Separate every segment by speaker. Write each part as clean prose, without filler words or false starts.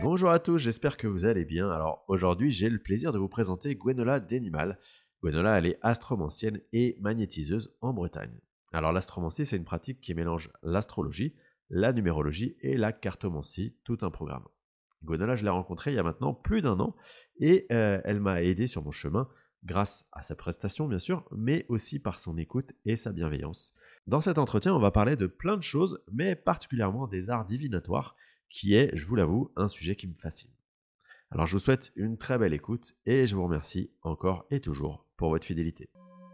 Speaker 1: Bonjour à tous, j'espère que vous allez bien. Alors aujourd'hui, j'ai le plaisir de vous présenter Gwenola Denimal. Gwenola, elle est astromancienne et magnétiseuse en Bretagne. Alors l'astromancie, c'est une pratique qui mélange l'astrologie, la numérologie et la cartomancie, tout un programme. Gwenola, je l'ai rencontrée il y a maintenant plus d'un an et elle m'a aidé sur mon chemin grâce à sa prestation bien sûr, mais aussi par son écoute et sa bienveillance. Dans cet entretien, on va parler de plein de choses, mais particulièrement des arts divinatoires qui est, je vous l'avoue, un sujet qui me fascine. Alors je vous souhaite une très belle écoute et je vous remercie encore et toujours pour votre fidélité.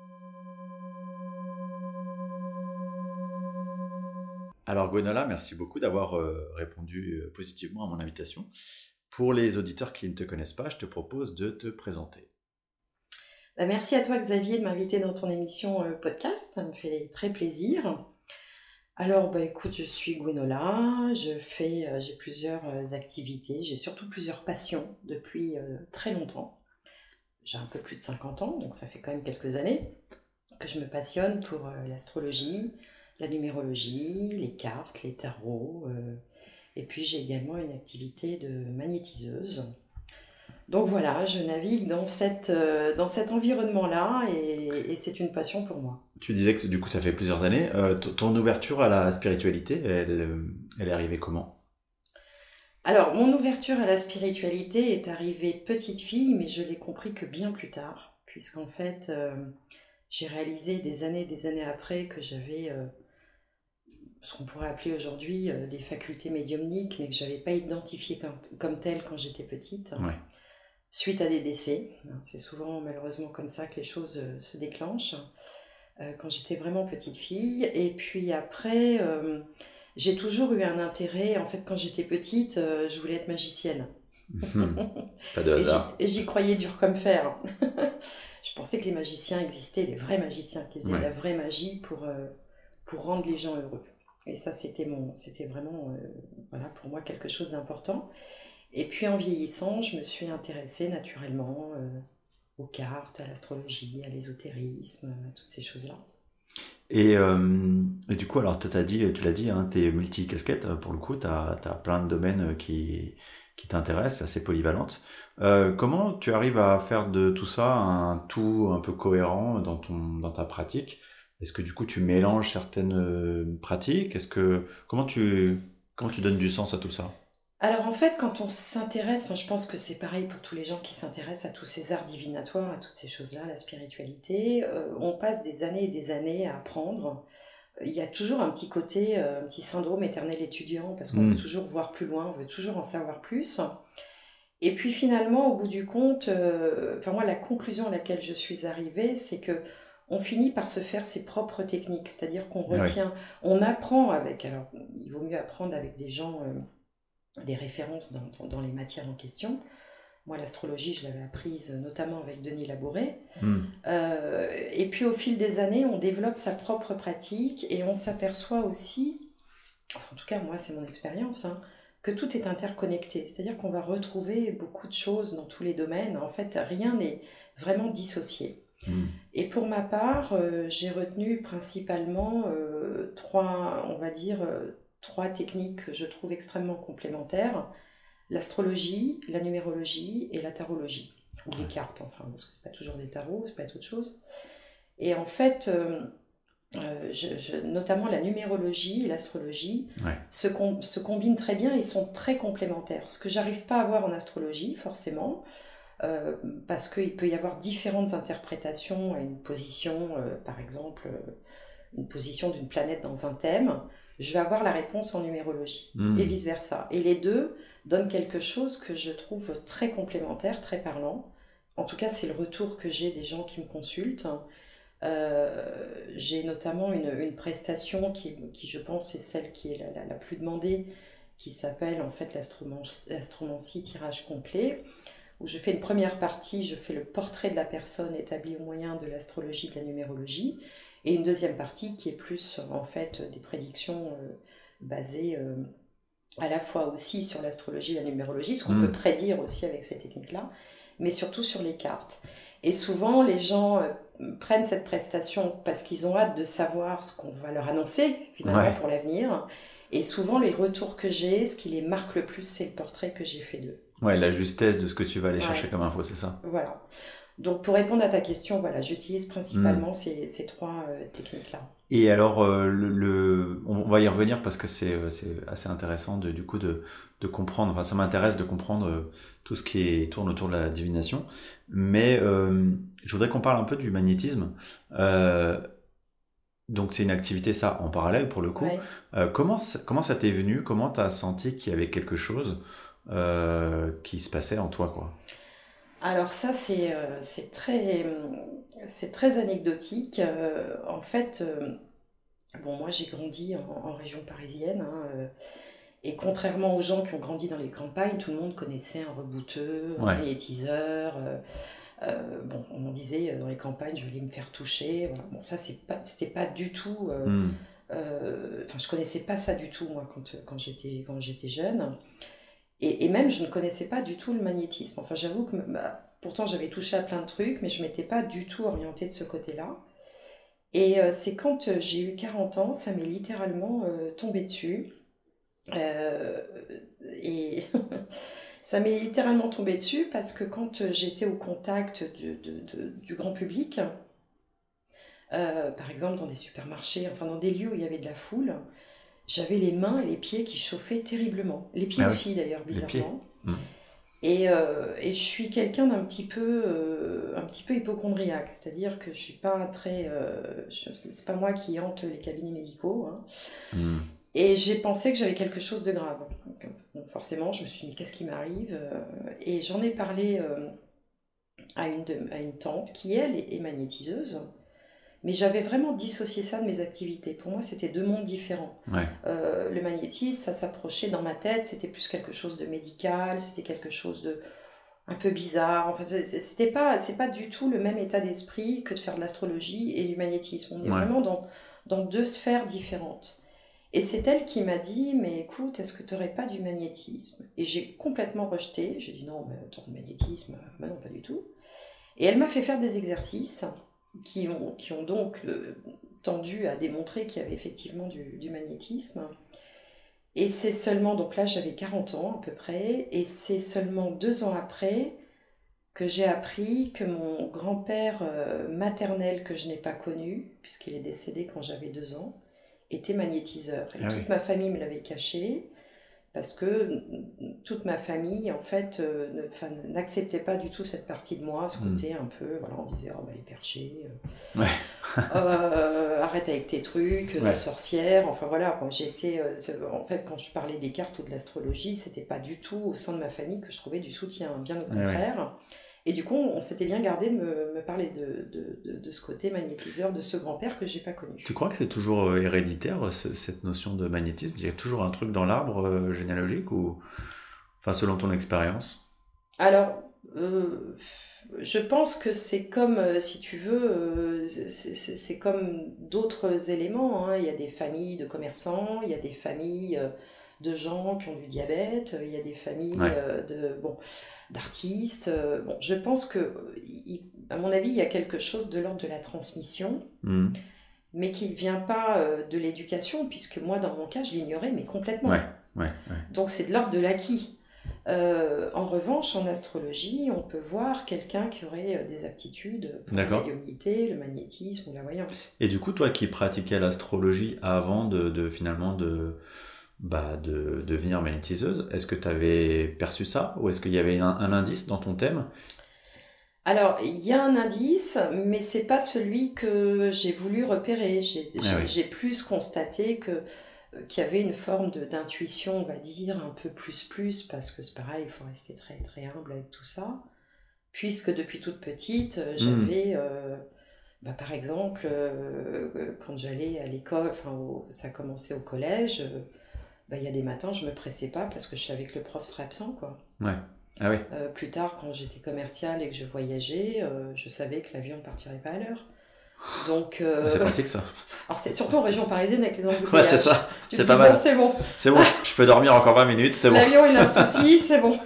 Speaker 1: Alors Gwenola, merci beaucoup d'avoir répondu positivement à mon invitation. Pour les auditeurs qui ne te connaissent pas, je te propose de te présenter.
Speaker 2: Merci à toi Xavier de m'inviter dans ton émission podcast, ça me fait très plaisir. Alors écoute, je suis Gwenola, j'ai plusieurs activités, j'ai surtout plusieurs passions depuis très longtemps. J'ai un peu plus de 50 ans, donc ça fait quand même quelques années que je me passionne pour l'astrologie, la numérologie, les cartes, les tarots, et puis j'ai également une activité de magnétiseuse. Donc voilà, je navigue dans cet environnement-là et c'est une passion pour moi.
Speaker 1: Tu disais que du coup ça fait plusieurs années. Ton ouverture à la spiritualité, elle est arrivée comment?
Speaker 2: Alors, mon ouverture à la spiritualité est arrivée petite fille, mais je l'ai compris que bien plus tard, puisqu'en fait, j'ai réalisé des années après que j'avais ce qu'on pourrait appeler aujourd'hui des facultés médiumniques, mais que je n'avais pas identifiées comme telles quand j'étais petite,
Speaker 1: Ouais.
Speaker 2: suite à des décès. C'est souvent malheureusement comme ça que les choses se déclenchent. Quand j'étais vraiment petite fille. Et puis après, j'ai toujours eu un intérêt. En fait, quand j'étais petite, je voulais être magicienne.
Speaker 1: Pas de hasard.
Speaker 2: Et j'y croyais dur comme fer. Je pensais que les magiciens existaient, les vrais magiciens qui faisaient de
Speaker 1: Ouais.
Speaker 2: la vraie magie pour rendre les gens heureux. Et ça, c'était vraiment, voilà, pour moi quelque chose d'important. Et puis en vieillissant, je me suis intéressée naturellement aux cartes, à l'astrologie, à l'ésotérisme, à toutes ces choses-là.
Speaker 1: Et du coup, alors tu l'as dit, hein, t'es multi-casquette, pour le coup, t'as plein de domaines qui t'intéressent, assez polyvalente. Comment tu arrives à faire de tout ça un tout un peu cohérent dans ta pratique? Est-ce que du coup tu mélanges certaines pratiques? Comment tu donnes du sens à tout ça?
Speaker 2: Alors en fait, quand on s'intéresse, enfin, je pense que c'est pareil pour tous les gens qui s'intéressent à tous ces arts divinatoires, à toutes ces choses-là, la spiritualité, on passe des années et des années à apprendre. Il y a toujours un petit côté, un petit syndrome éternel étudiant, parce qu'on veut
Speaker 1: Hmm.
Speaker 2: toujours voir plus loin, on veut toujours en savoir plus. Et puis finalement, au bout du compte, enfin moi, la conclusion à laquelle je suis arrivée, c'est que on finit par se faire ses propres techniques, c'est-à-dire qu'on
Speaker 1: Ah ouais.
Speaker 2: retient, on apprend avec, alors il vaut mieux apprendre avec des gens des références dans les matières en question. Moi, l'astrologie, je l'avais apprise notamment avec Denis Labouré.
Speaker 1: Hmm.
Speaker 2: Et puis, au fil des années, on développe sa propre pratique et on s'aperçoit aussi, enfin, en tout cas, moi, c'est mon expérience, hein, que tout est interconnecté. C'est-à-dire qu'on va retrouver beaucoup de choses dans tous les domaines. En fait, rien n'est vraiment dissocié.
Speaker 1: Hmm.
Speaker 2: Et pour ma part, j'ai retenu principalement on va dire, trois techniques que je trouve extrêmement complémentaires. L'astrologie, la numérologie et la tarologie. Ou les
Speaker 1: Ouais.
Speaker 2: cartes, enfin, parce que c'est pas toujours des tarots, c'est pas autre chose. Et en fait, notamment la numérologie et l'astrologie
Speaker 1: Ouais.
Speaker 2: se combinent très bien et sont très complémentaires. Ce que j'arrive pas à voir en astrologie, forcément, euh, parce qu'il peut y avoir différentes interprétations à une position, par exemple, une position d'une planète dans un thème, je vais avoir la réponse en numérologie et
Speaker 1: Hmm.
Speaker 2: vice-versa. Et les deux donnent quelque chose que je trouve très complémentaire, très parlant. En tout cas, c'est le retour que j'ai des gens qui me consultent. J'ai notamment une prestation qui, je pense, est celle qui est la plus demandée, qui s'appelle en fait l'astromancie tirage complet, où je fais une première partie, je fais le portrait de la personne établi au moyen de l'astrologie, de la numérologie, et une deuxième partie qui est plus en fait des prédictions basées à la fois aussi sur l'astrologie et la numérologie, ce qu'on peut
Speaker 1: Hmm.
Speaker 2: prédire aussi avec ces techniques-là, mais surtout sur les cartes. Et souvent, les gens prennent cette prestation parce qu'ils ont hâte de savoir ce qu'on va leur annoncer finalement
Speaker 1: Ouais.
Speaker 2: pour l'avenir. Et souvent, les retours que j'ai, ce qui les marque le plus, c'est le portrait que j'ai fait d'eux.
Speaker 3: Ouais, la justesse de ce que tu vas aller chercher
Speaker 2: Ouais,
Speaker 3: comme info, c'est ça.
Speaker 2: voilà. Donc, pour répondre à ta question, voilà, j'utilise
Speaker 3: Hmm.
Speaker 2: principalement ces trois techniques-là.
Speaker 3: Et alors, on va y revenir parce que c'est assez intéressant du coup de comprendre, enfin ça m'intéresse de comprendre tout ce tourne autour de la divination. Mais je voudrais qu'on parle un peu du magnétisme. Euh, donc c'est une activité ça en parallèle pour le coup.
Speaker 2: Ouais.
Speaker 3: Comment ça t'est venu? Comment t'as senti qu'il y avait quelque chose qui se passait en toi, quoi?
Speaker 2: Alors ça, c'est très anecdotique. En fait, bon, moi j'ai grandi en région parisienne, hein, et contrairement aux gens qui ont grandi dans les campagnes, tout le monde connaissait un rebouteux, un
Speaker 3: Ouais.
Speaker 2: magnétiseur. Bon, on disait dans les campagnes, je voulais me faire toucher. Voilà. Bon, ça, c'était pas du tout.
Speaker 3: Hmm.
Speaker 2: Enfin, je connaissais pas ça du tout, moi, quand j'étais jeune. Et même, je ne connaissais pas du tout le magnétisme. Enfin, j'avoue que pourtant, j'avais touché à plein de trucs, mais je m'étais pas du tout orientée de ce côté-là. Et c'est quand j'ai eu 40 ans, ça m'est littéralement tombé dessus. Euh, et ça m'est littéralement tombé dessus parce que quand j'étais au contact du grand public, par exemple dans des supermarchés, enfin dans des lieux où il y avait de la foule, j'avais les mains et les pieds qui chauffaient terriblement. Les pieds
Speaker 3: Ah oui,
Speaker 2: aussi d'ailleurs,
Speaker 3: les pieds.
Speaker 2: bizarrement.
Speaker 3: Hmm.
Speaker 2: Et je suis quelqu'un un petit peu hypochondriaque, c'est-à-dire que je suis pas très, c'est pas moi qui hante les cabinets médicaux, hein.
Speaker 3: Hmm.
Speaker 2: Et j'ai pensé que j'avais quelque chose de grave. Donc forcément, je me suis dit, qu'est-ce qui m'arrive? Et j'en ai parlé à une tante qui, elle, est magnétiseuse. Mais j'avais vraiment dissocié ça de mes activités. Pour moi, c'était deux mondes différents.
Speaker 3: Ouais.
Speaker 2: Le magnétisme, ça s'approchait dans ma tête, c'était plus quelque chose de médical, c'était quelque chose de un peu bizarre. Enfin, c'est pas du tout le même état d'esprit que de faire de l'astrologie et du magnétisme. On est
Speaker 3: Ouais.
Speaker 2: vraiment dans deux sphères différentes. Et c'est elle qui m'a dit, mais écoute, est-ce que tu n'aurais pas du magnétisme? Et j'ai complètement rejeté. J'ai dit non, mais attends, le magnétisme, bah non, pas du tout. Et elle m'a fait faire des exercices qui ont donc tendu à démontrer qu'il y avait effectivement du magnétisme. Et c'est seulement, donc là j'avais 40 ans à peu près, et c'est seulement 2 ans après que j'ai appris que mon grand-père maternel, que je n'ai pas connu, puisqu'il est décédé quand j'avais 2 ans, était magnétiseur. Et
Speaker 3: Ah oui.
Speaker 2: toute ma famille me l'avait caché, parce que toute ma famille, en fait, n'acceptait pas du tout cette partie de moi, ce
Speaker 3: Hmm.
Speaker 2: côté un peu, voilà, on disait, oh, bah, les perchés,
Speaker 3: Ouais.
Speaker 2: arrête avec tes trucs de
Speaker 3: Ouais.
Speaker 2: sorcière, enfin voilà, moi, en fait, quand je parlais des cartes ou de l'astrologie, c'était pas du tout au sein de ma famille que je trouvais du soutien, bien au
Speaker 3: Ouais, ouais.
Speaker 2: contraire. Et du coup, on s'était bien gardé de me parler de ce côté magnétiseur de ce grand-père que j'ai pas connu.
Speaker 3: Tu crois que c'est toujours héréditaire, cette notion de magnétisme? Il y a toujours un truc dans l'arbre généalogique ou, enfin, selon ton expérience?
Speaker 2: Alors, je pense que c'est comme, si tu veux, c'est comme d'autres éléments, hein. Il y a des familles de commerçants, il y a des familles de gens qui ont du diabète, il y a des familles
Speaker 3: Ouais.
Speaker 2: bon, d'artistes. Bon, je pense que, à mon avis, il y a quelque chose de l'ordre de la transmission,
Speaker 3: Hmm.
Speaker 2: mais qui ne vient pas de l'éducation, puisque moi, dans mon cas, je l'ignorais, mais
Speaker 3: Ouais.
Speaker 2: complètement.
Speaker 3: Ouais. Ouais.
Speaker 2: Donc c'est de l'ordre de l'acquis. En revanche, en astrologie, on peut voir quelqu'un qui aurait des aptitudes pour la
Speaker 3: D'accord.
Speaker 2: médiumnité, le magnétisme ou la voyance.
Speaker 3: Et du coup, toi qui pratiquais l'astrologie avant finalement de devenir magnétiseuse, est-ce que tu avais perçu ça ou est-ce qu'il y avait un indice dans ton thème?
Speaker 2: Alors, il y a un indice, mais c'est pas celui que j'ai voulu repérer.
Speaker 3: Ah oui.
Speaker 2: J'ai plus constaté qu'il y avait une forme d'intuition, on va dire, un peu plus, parce que c'est pareil, il faut rester très, très humble avec tout ça. Puisque depuis toute petite,
Speaker 3: Hmm.
Speaker 2: j'avais, bah, par exemple, quand j'allais à l'école, enfin, ça a commencé au collège, bah, il y a des matins, je me pressais pas parce que je savais que le prof serait absent, quoi.
Speaker 3: Ouais. Ah oui.
Speaker 2: Plus tard, quand j'étais commerciale et que je voyageais, je savais que l'avion ne partirait pas à l'heure. Donc,
Speaker 3: Ah, c'est pratique ça.
Speaker 2: alors c'est surtout en région parisienne avec les
Speaker 3: Ouais, c'est
Speaker 2: embouteillages.
Speaker 3: ça.
Speaker 2: Tu te
Speaker 3: C'est
Speaker 2: dis,
Speaker 3: pas
Speaker 2: bon,
Speaker 3: mal.
Speaker 2: c'est bon,
Speaker 3: C'est bon, je peux dormir encore 20 minutes, c'est bon.
Speaker 2: l'avion il a un souci, c'est bon.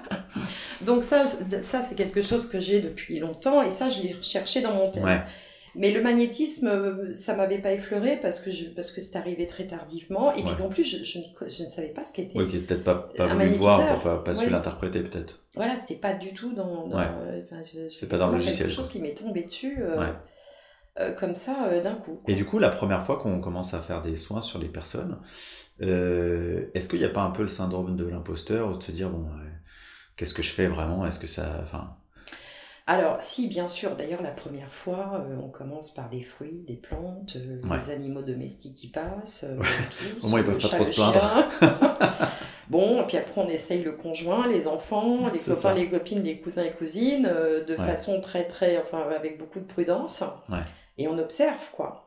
Speaker 2: Donc ça c'est quelque chose que j'ai depuis longtemps et ça, je l'ai recherché dans mon thème.
Speaker 3: Ouais.
Speaker 2: Mais le magnétisme, ça m'avait pas effleuré parce que c'est arrivé très tardivement. Et puis
Speaker 3: Ouais.
Speaker 2: non plus, je ne savais pas ce qu'était
Speaker 3: Oui, qui est peut-être pas
Speaker 2: un
Speaker 3: voulu voir,
Speaker 2: magnétiseur.
Speaker 3: pas su
Speaker 2: Oui.
Speaker 3: l'interpréter peut-être.
Speaker 2: Voilà, c'était pas du tout
Speaker 3: Ouais,
Speaker 2: enfin,
Speaker 3: c'est
Speaker 2: c'était
Speaker 3: pas dans le
Speaker 2: vraiment quelque
Speaker 3: logiciel,
Speaker 2: chose
Speaker 3: quoi.
Speaker 2: qui m'est tombé dessus
Speaker 3: Ouais.
Speaker 2: comme ça d'un coup,
Speaker 3: Et
Speaker 2: quoi.
Speaker 3: du coup, la première fois qu'on commence à faire des soins sur les personnes, est-ce qu'il n'y a pas un peu le syndrome de l'imposteur, ou de se dire, bon, qu'est-ce que je fais vraiment? Est-ce que ça... Enfin,
Speaker 2: Alors, si, bien sûr. D'ailleurs, la première fois, on commence par des fruits, des plantes,
Speaker 3: ouais.
Speaker 2: les animaux domestiques qui passent,
Speaker 3: Au moins, ils
Speaker 2: le
Speaker 3: peuvent pas
Speaker 2: chat,
Speaker 3: trop
Speaker 2: le
Speaker 3: se plaindre.
Speaker 2: chien. Bon, et puis après, on essaye le conjoint, les enfants, les
Speaker 3: C'est
Speaker 2: copains,
Speaker 3: ça.
Speaker 2: les copines, les cousins et cousines, de
Speaker 3: Ouais,
Speaker 2: façon enfin, avec beaucoup de prudence.
Speaker 3: ouais,
Speaker 2: Et on observe, quoi.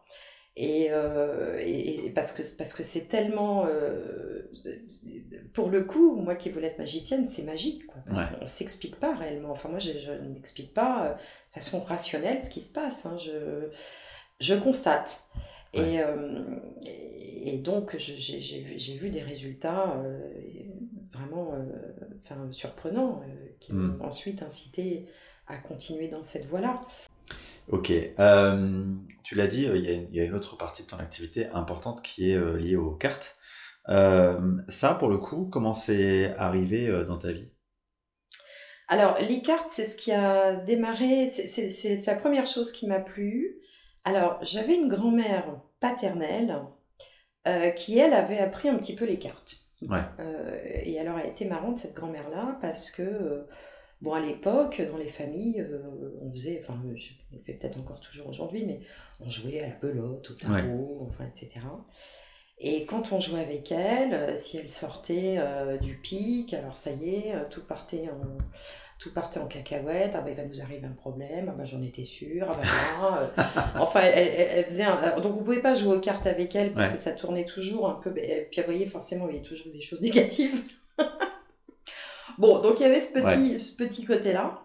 Speaker 2: Et parce que c'est tellement... pour le coup, moi qui voulais être magicienne, c'est magique, quoi. Parce
Speaker 3: ouais,
Speaker 2: qu'on ne s'explique pas réellement. Enfin, moi, je ne m'explique pas de façon rationnelle ce qui se passe, hein. Je constate.
Speaker 3: ouais.
Speaker 2: Et donc, j'ai vu des résultats vraiment enfin, surprenants qui
Speaker 3: Hmm.
Speaker 2: m'ont ensuite incité à continuer dans cette voie-là.
Speaker 3: Ok. Tu l'as dit, il y a une autre partie de ton activité importante qui est liée aux cartes. Ça, pour le coup, comment c'est arrivé dans ta vie?
Speaker 2: Alors, les cartes, c'est ce qui a démarré, c'est la première chose qui m'a plu. Alors, j'avais une grand-mère paternelle qui, elle, avait appris un petit peu les cartes.
Speaker 3: Ouais,
Speaker 2: Et alors, elle était marrante, cette grand-mère-là, parce que, bon, à l'époque, dans les familles, on faisait, enfin, je le fais peut-être encore toujours aujourd'hui, mais on jouait à la belote, au
Speaker 3: ouais,
Speaker 2: tarot, enfin, etc. Et quand on jouait avec elle, si elle sortait du pic, alors ça y est, tout partait en cacahuète. Ah ben, il va nous arriver un problème. Ah ben, j'en étais sûre. Ah ben là, enfin, elle faisait donc on pouvait pas jouer aux cartes avec elle parce que
Speaker 3: ouais,
Speaker 2: ça tournait toujours un peu. Et puis vous voyez, forcément, il y avait toujours des choses négatives. Bon, donc il y avait
Speaker 3: ouais.
Speaker 2: ce petit côté-là.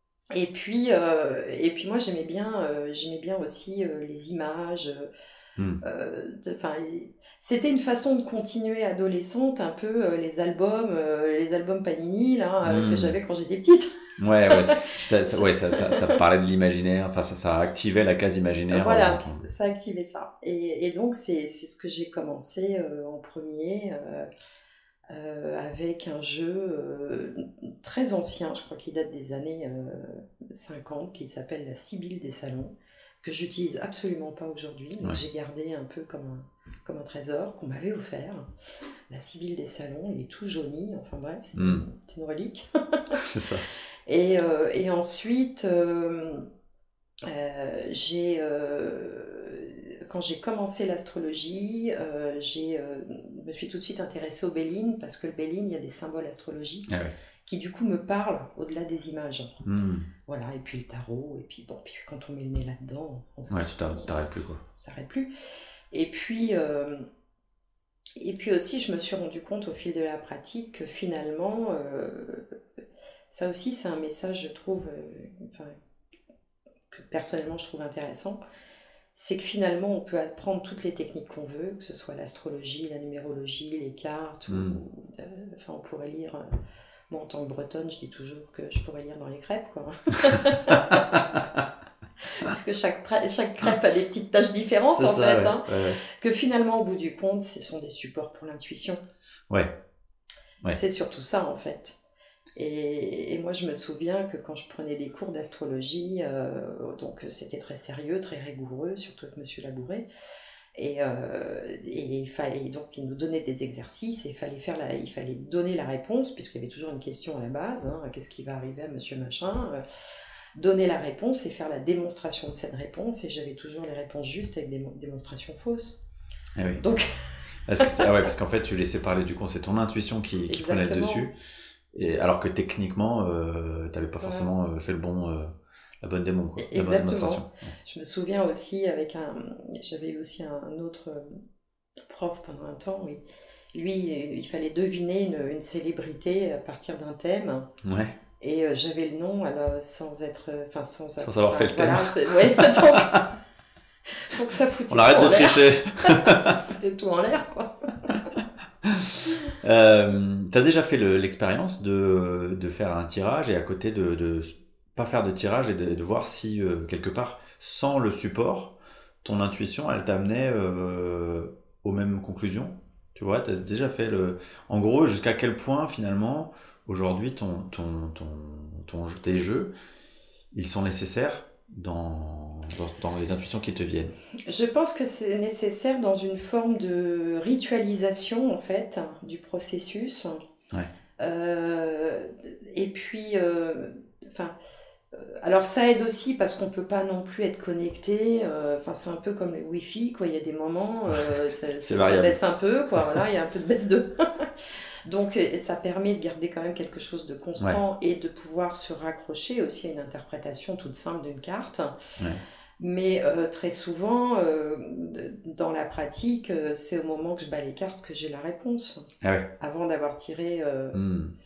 Speaker 2: Et puis moi, j'aimais bien aussi les images.
Speaker 3: Hmm.
Speaker 2: Enfin, c'était une façon de continuer adolescente un peu les albums Panini là, que
Speaker 3: Hmm.
Speaker 2: j'avais quand j'étais petite.
Speaker 3: Ouais, ouais, ça parlait de l'imaginaire, enfin, ça activait la case imaginaire
Speaker 2: Voilà,
Speaker 3: dans ton...
Speaker 2: ça activait ça. Et donc c'est ce que j'ai commencé en premier avec un jeu très ancien, je crois qu'il date des années 50, qui s'appelle La Sibylle des Salons, que j'utilise absolument pas aujourd'hui, mais que
Speaker 3: Ouais.
Speaker 2: j'ai gardé un peu comme un trésor qu'on m'avait offert. La Sibylle des Salons, il est tout jauni, enfin bref,
Speaker 3: Hmm.
Speaker 2: c'est une relique.
Speaker 3: C'est ça.
Speaker 2: Et ensuite, quand j'ai commencé l'astrologie, me suis tout de suite intéressée au Béline, parce que le Béline, il y a des symboles astrologiques
Speaker 3: Ah ouais.
Speaker 2: qui du coup me parlent au-delà des images.
Speaker 3: Hmm.
Speaker 2: Voilà, et puis le tarot, et puis bon, puis quand on met le nez là-dedans,
Speaker 3: Ouais, tu t'arrêtes plus, quoi.
Speaker 2: ça s'arrête plus. Et puis, euh, et puis aussi, je me suis rendu compte au fil de la pratique que finalement, ça aussi c'est un message, je trouve, enfin, que personnellement je trouve intéressant, c'est que finalement on peut apprendre toutes les techniques qu'on veut, que ce soit l'astrologie, la numérologie, les cartes,
Speaker 3: Hmm.
Speaker 2: enfin on pourrait lire, moi en tant que bretonne je dis toujours que je pourrais lire dans les crêpes, quoi. Parce que chaque crêpe a des petites tâches différentes
Speaker 3: C'est
Speaker 2: en
Speaker 3: ça,
Speaker 2: fait,
Speaker 3: ouais,
Speaker 2: hein.
Speaker 3: ouais,
Speaker 2: Que finalement au bout du compte ce sont des supports pour l'intuition.
Speaker 3: ouais, ouais,
Speaker 2: C'est surtout ça en fait. Et moi, je me souviens que quand je prenais des cours d'astrologie, donc c'était très sérieux, très rigoureux, surtout avec Monsieur Labouret, et il fallait donc il nous donnait des exercices et il fallait donner la réponse puisqu'il y avait toujours une question à la base, hein, qu'est-ce qui va arriver à Monsieur Machin, donner la réponse et faire la démonstration de cette réponse, et j'avais toujours les réponses justes avec des démonstrations fausses.
Speaker 3: ah oui.
Speaker 2: Donc
Speaker 3: Ah ouais, parce qu'en fait, tu laissais parler du coup, c'est ton intuition qui prenait le
Speaker 2: exactement.
Speaker 3: dessus. Et alors que techniquement, t'avais pas
Speaker 2: Voilà.
Speaker 3: forcément fait la bonne démon, quoi, la bonne
Speaker 2: Exactement.
Speaker 3: démonstration.
Speaker 2: Je me souviens aussi j'avais eu aussi un autre prof pendant un temps, oui. Lui, il fallait deviner une célébrité à partir d'un thème.
Speaker 3: Ouais,
Speaker 2: Et j'avais le nom alors, sans être. Enfin, sans
Speaker 3: avoir fait le thème.
Speaker 2: Ouais, donc ça foutait
Speaker 3: on arrête
Speaker 2: tout
Speaker 3: de
Speaker 2: en l'air.
Speaker 3: tricher.
Speaker 2: Ça foutait tout en l'air, quoi.
Speaker 3: T'as déjà fait l'expérience de faire un tirage et à côté pas faire de tirage et de voir si, quelque part, sans le support, ton intuition, elle t'amenait aux mêmes conclusions. Tu vois, tu as déjà fait le... En gros, jusqu'à quel point, finalement, aujourd'hui, tes jeux, ils sont nécessaires dans les intuitions qui te viennent.
Speaker 2: Je pense que c'est nécessaire dans une forme de ritualisation, en fait, du processus.
Speaker 3: Ouais.
Speaker 2: Et puis, enfin, alors ça aide aussi parce qu'on peut pas non plus être connecté. Enfin, c'est un peu comme le Wi-Fi, quoi. Il y a des moments,
Speaker 3: C'est
Speaker 2: ça
Speaker 3: variable.
Speaker 2: baisse un peu, quoi. Voilà, il y a un peu de baisse de. Donc, ça permet de garder quand même quelque chose de constant et de pouvoir se raccrocher aussi à une interprétation toute simple d'une carte.
Speaker 3: Ouais.
Speaker 2: Mais très souvent, dans la pratique, c'est au moment que je bats les cartes que j'ai la réponse.
Speaker 3: Ah ouais.
Speaker 2: Avant d'avoir tiré,
Speaker 3: Hmm.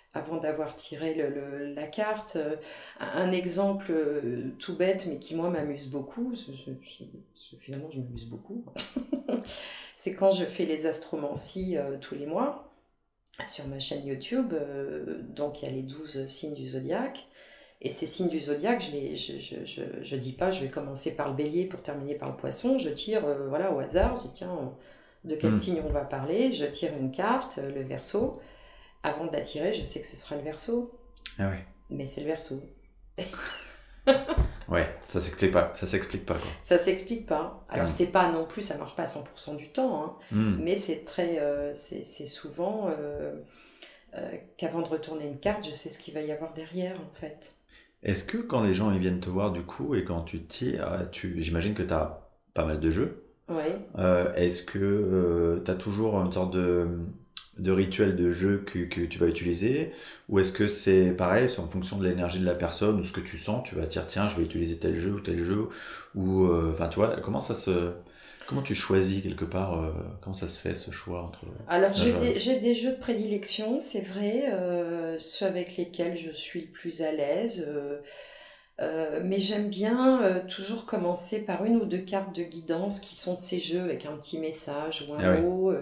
Speaker 2: la carte. Un exemple tout bête, mais qui moi m'amuse beaucoup, finalement je m'amuse beaucoup, c'est quand je fais les astromancies tous les mois sur ma chaîne YouTube. Donc il y a les 12 signes du zodiaque. Et ces signes du zodiaque, je dis pas, je vais commencer par le bélier pour terminer par le poisson. Je tire voilà, au hasard. Je dis, tiens, de quel signe on va parler? Je tire une carte, le Verseau. Avant de la tirer, je sais que ce sera le Verseau.
Speaker 3: Ah ouais.
Speaker 2: Mais c'est le Verseau.
Speaker 3: Ouais, ça s'explique pas. Ça s'explique pas, quoi.
Speaker 2: Ça s'explique pas. Alors c'est pas non plus, ça marche pas à 100% du temps, hein, mais c'est c'est souvent qu'avant de retourner une carte, je sais ce qu'il va y avoir derrière, en fait.
Speaker 3: Est-ce que quand les gens ils viennent te voir du coup et quand tu tires, j'imagine que tu as pas mal de jeux.
Speaker 2: Ouais.
Speaker 3: Est-ce que tu as toujours une sorte de rituel de jeu que tu vas utiliser? Ou est-ce que c'est pareil, c'est en fonction de l'énergie de la personne ou ce que tu sens, tu vas dire tiens, je vais utiliser tel jeu ou tel jeu? Ou enfin, tu vois, comment tu choisis quelque part, comment ça se fait ce choix entre
Speaker 2: Alors
Speaker 3: un jeu et
Speaker 2: j'ai des jeux de prédilection, c'est vrai, ceux avec lesquels je suis le plus à l'aise. Mais j'aime bien toujours commencer par une ou deux cartes de guidance qui sont ces jeux avec un petit message ou un
Speaker 3: Ah ouais.
Speaker 2: mot.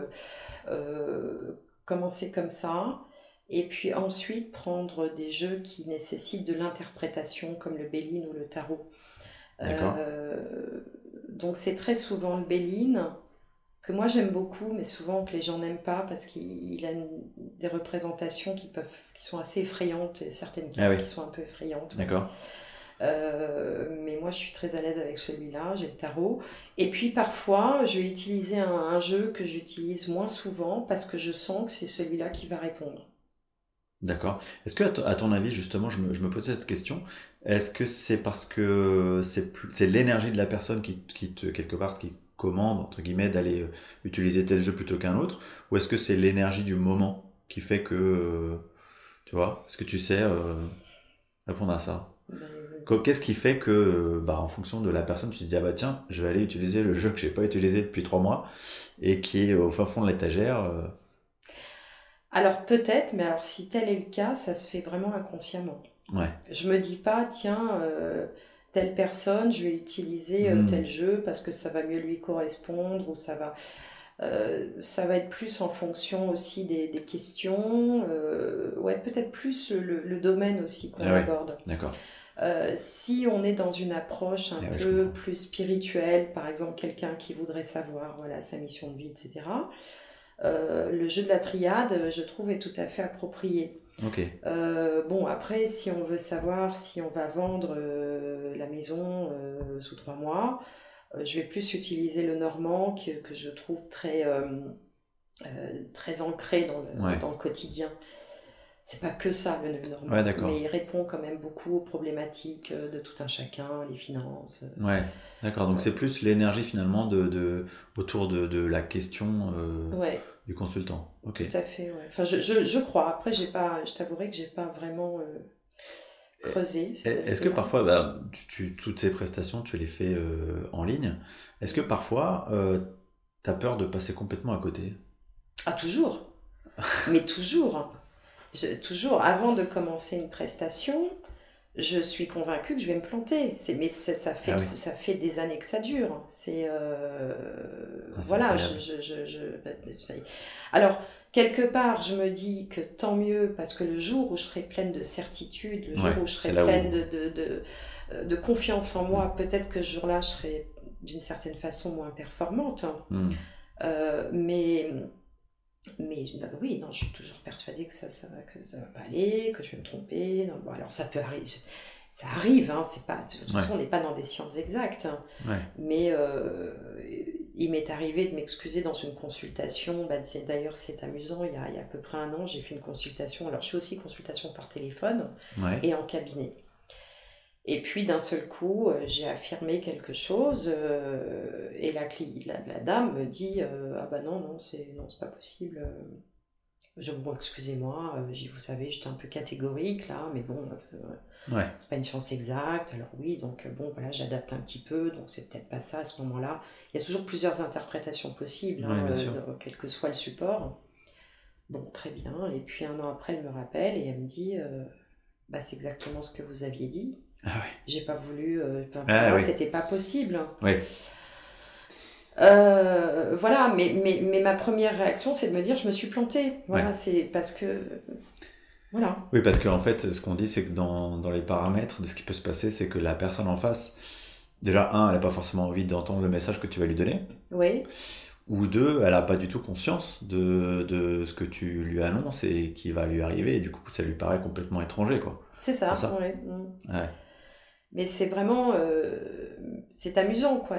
Speaker 2: Commencer comme ça. Et puis ensuite prendre des jeux qui nécessitent de l'interprétation comme le Béline ou le tarot.
Speaker 3: D'accord.
Speaker 2: Donc c'est très souvent le Béline que moi j'aime beaucoup, mais souvent que les gens n'aiment pas parce qu'il a des représentations qui sont assez effrayantes, et certaines cartes qui sont un peu effrayantes.
Speaker 3: D'accord.
Speaker 2: Mais moi je suis très à l'aise avec celui-là, j'ai le tarot. Et puis parfois je vais utiliser un jeu que j'utilise moins souvent parce que je sens que c'est celui-là qui va répondre.
Speaker 3: D'accord. Est-ce que, à ton avis, justement, je me posais cette question, est-ce que c'est parce que c'est l'énergie de la personne qui te, quelque part, qui commande, entre guillemets, d'aller utiliser tel jeu plutôt qu'un autre, ou est-ce que c'est l'énergie du moment qui fait que, tu vois, est-ce que tu sais répondre à ça? Qu'est-ce qui fait que, bah, en fonction de la personne, tu te dis, ah bah tiens, je vais aller utiliser le jeu que j'ai pas utilisé depuis 3 mois et qui est au fin fond de l'étagère.
Speaker 2: Alors peut-être, mais alors si tel est le cas, ça se fait vraiment inconsciemment.
Speaker 3: Ouais.
Speaker 2: Je me dis pas, tiens, telle personne, je vais utiliser tel jeu parce que ça va mieux lui correspondre ou ça va être plus en fonction aussi des questions. Ouais, peut-être plus le domaine aussi qu'on aborde.
Speaker 3: D'accord.
Speaker 2: Si on est dans une approche un peu plus spirituelle, par exemple quelqu'un qui voudrait savoir voilà, sa mission de vie, etc., le jeu de la triade, je trouve, est tout à fait approprié.
Speaker 3: Ok.
Speaker 2: Bon, après, si on veut savoir si on va vendre la maison sous 3 mois, je vais plus utiliser le normand que je trouve très ancré dans le quotidien. C'est pas que ça le normand, mais il répond quand même beaucoup aux problématiques de tout un chacun, les finances.
Speaker 3: Ouais, d'accord. Donc c'est plus l'énergie finalement autour de la question du consultant. Ok.
Speaker 2: Tout à fait, ouais. Enfin, je crois. Après, je t'avouerai que j'ai pas vraiment creusé.
Speaker 3: Est-ce que parfois, bah, toutes ces prestations, tu les fais en ligne. Est-ce que parfois, tu as peur de passer complètement à côté?
Speaker 2: Ah, toujours. Mais toujours. Toujours, avant de commencer une prestation, je suis convaincue que je vais me planter. Mais ça fait des années que ça dure. C'est voilà. Alors, quelque part, je me dis que tant mieux, parce que le jour où je serai pleine de certitude, le jour où je serai pleine de confiance en moi, peut-être que ce jour-là, je serai d'une certaine façon moins performante. Mais oui, non, je suis toujours persuadée que ça va pas aller, que je vais me tromper. Non, bon, alors ça peut arriver, ça arrive, hein, c'est pas, de toute façon, on n'est pas dans des sciences exactes. Hein, mais il m'est arrivé de m'excuser dans une consultation. D'ailleurs, c'est amusant, il y a à peu près 1 an, j'ai fait une consultation. Alors, je fais aussi consultation par téléphone et en cabinet. Et puis d'un seul coup, j'ai affirmé quelque chose et la dame me dit ah bah non, c'est pas possible. Bon, excusez-moi, vous savez, j'étais un peu catégorique là, mais bon, c'est pas une science exacte. Alors oui, donc bon, voilà, j'adapte un petit peu, donc c'est peut-être pas ça à ce moment-là. Il y a toujours plusieurs interprétations possibles, quel que soit le support. Bon, très bien. Et puis 1 an après, elle me rappelle et elle me dit c'est exactement ce que vous aviez dit. J'ai pas voulu, pour moi c'était pas possible. Voilà, mais ma première réaction c'est de me dire je me suis plantée. Voilà, c'est parce que voilà.
Speaker 3: Oui, parce qu'en fait, ce qu'on dit, c'est que dans les paramètres de ce qui peut se passer, c'est que la personne en face, déjà, elle n'a pas forcément envie d'entendre le message que tu vas lui donner.
Speaker 2: Oui.
Speaker 3: Ou 2, elle n'a pas du tout conscience de ce que tu lui annonces et qui va lui arriver, et du coup, ça lui paraît complètement étranger, quoi.
Speaker 2: C'est ça. Ouais. Mais c'est vraiment... c'est amusant, quoi.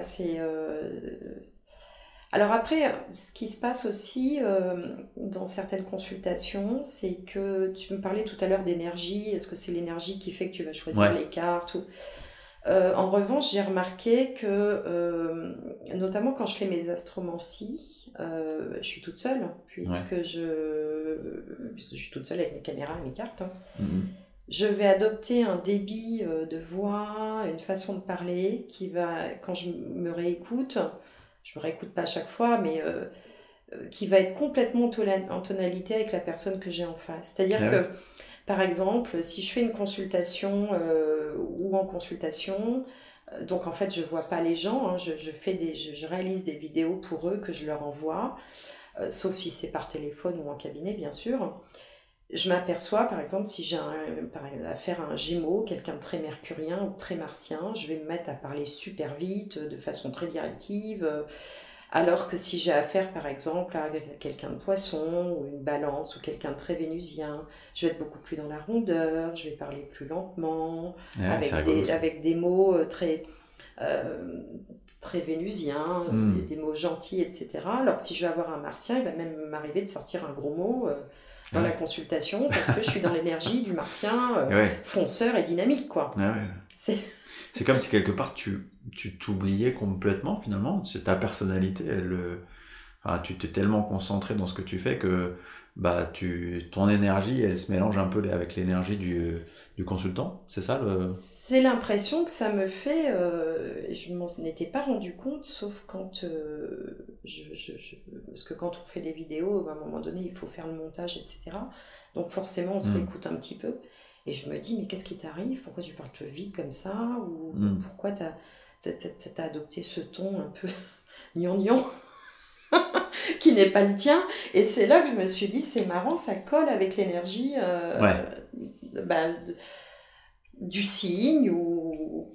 Speaker 2: Alors après, ce qui se passe aussi dans certaines consultations, c'est que tu me parlais tout à l'heure d'énergie. Est-ce que c'est l'énergie qui fait que tu vas choisir les cartes en revanche, j'ai remarqué que, notamment quand je fais mes astromancies, je suis toute seule, puisque je suis toute seule avec mes caméras et mes cartes. Je vais adopter un débit de voix, une façon de parler qui va, quand je me réécoute pas à chaque fois, mais qui va être complètement en tonalité avec la personne que j'ai en face. C'est-à-dire que, par exemple, si je fais une consultation ou en consultation, donc en fait je vois pas les gens, hein, je réalise des vidéos pour eux que je leur envoie, sauf si c'est par téléphone ou en cabinet bien sûr. Je m'aperçois, par exemple, si j'ai affaire à un Gémeaux, quelqu'un de très mercurien ou très martien, je vais me mettre à parler super vite, de façon très directive, alors que si j'ai affaire, par exemple, à quelqu'un de Poisson ou une Balance ou quelqu'un de très vénusien, je vais être beaucoup plus dans la rondeur, je vais parler plus lentement, avec des mots très vénusiens, des mots gentils, etc. Alors si je vais avoir un martien, il va même m'arriver de sortir un gros mot dans la consultation parce que je suis dans l'énergie du martien fonceur et dynamique, quoi.
Speaker 3: C'est comme si quelque part tu t'oubliais complètement finalement, c'est ta personnalité, tu t'es tellement concentré dans ce que tu fais que ton énergie elle se mélange un peu avec l'énergie du consultant, c'est ça
Speaker 2: C'est l'impression que ça me fait, je m'en étais pas rendu compte sauf quand parce que quand on fait des vidéos à un moment donné il faut faire le montage, etc. Donc forcément on se réécoute un petit peu et je me dis mais qu'est-ce qui t'arrive, pourquoi tu parles vite comme ça, ou pourquoi t'as adopté ce ton un peu gnangnan qui n'est pas le tien. Et c'est là que je me suis dit c'est marrant, ça colle avec l'énergie du signe ou...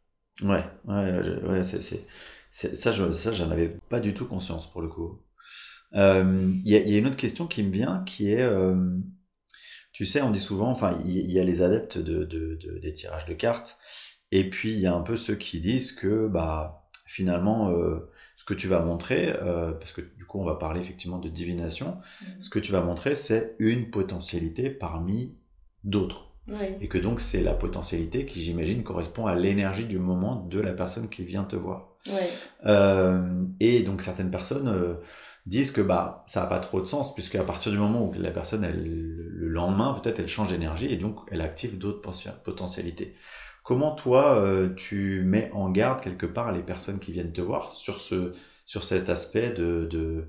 Speaker 3: Ça j'en avais pas du tout conscience pour le coup. Il y a une autre question qui me vient qui est tu sais, on dit souvent, enfin il y a les adeptes des tirages de cartes et puis il y a un peu ceux qui disent que finalement ce que tu vas montrer, parce que du coup on va parler effectivement de divination, ce que tu vas montrer c'est une potentialité parmi d'autres. Et que donc c'est la potentialité qui j'imagine correspond à l'énergie du moment de la personne qui vient te voir. Et donc certaines personnes disent que ça n'a pas trop de sens puisque à partir du moment où la personne le lendemain peut-être elle change d'énergie et donc elle active d'autres potentialités. Comment toi tu mets en garde quelque part les personnes qui viennent te voir sur cet aspect de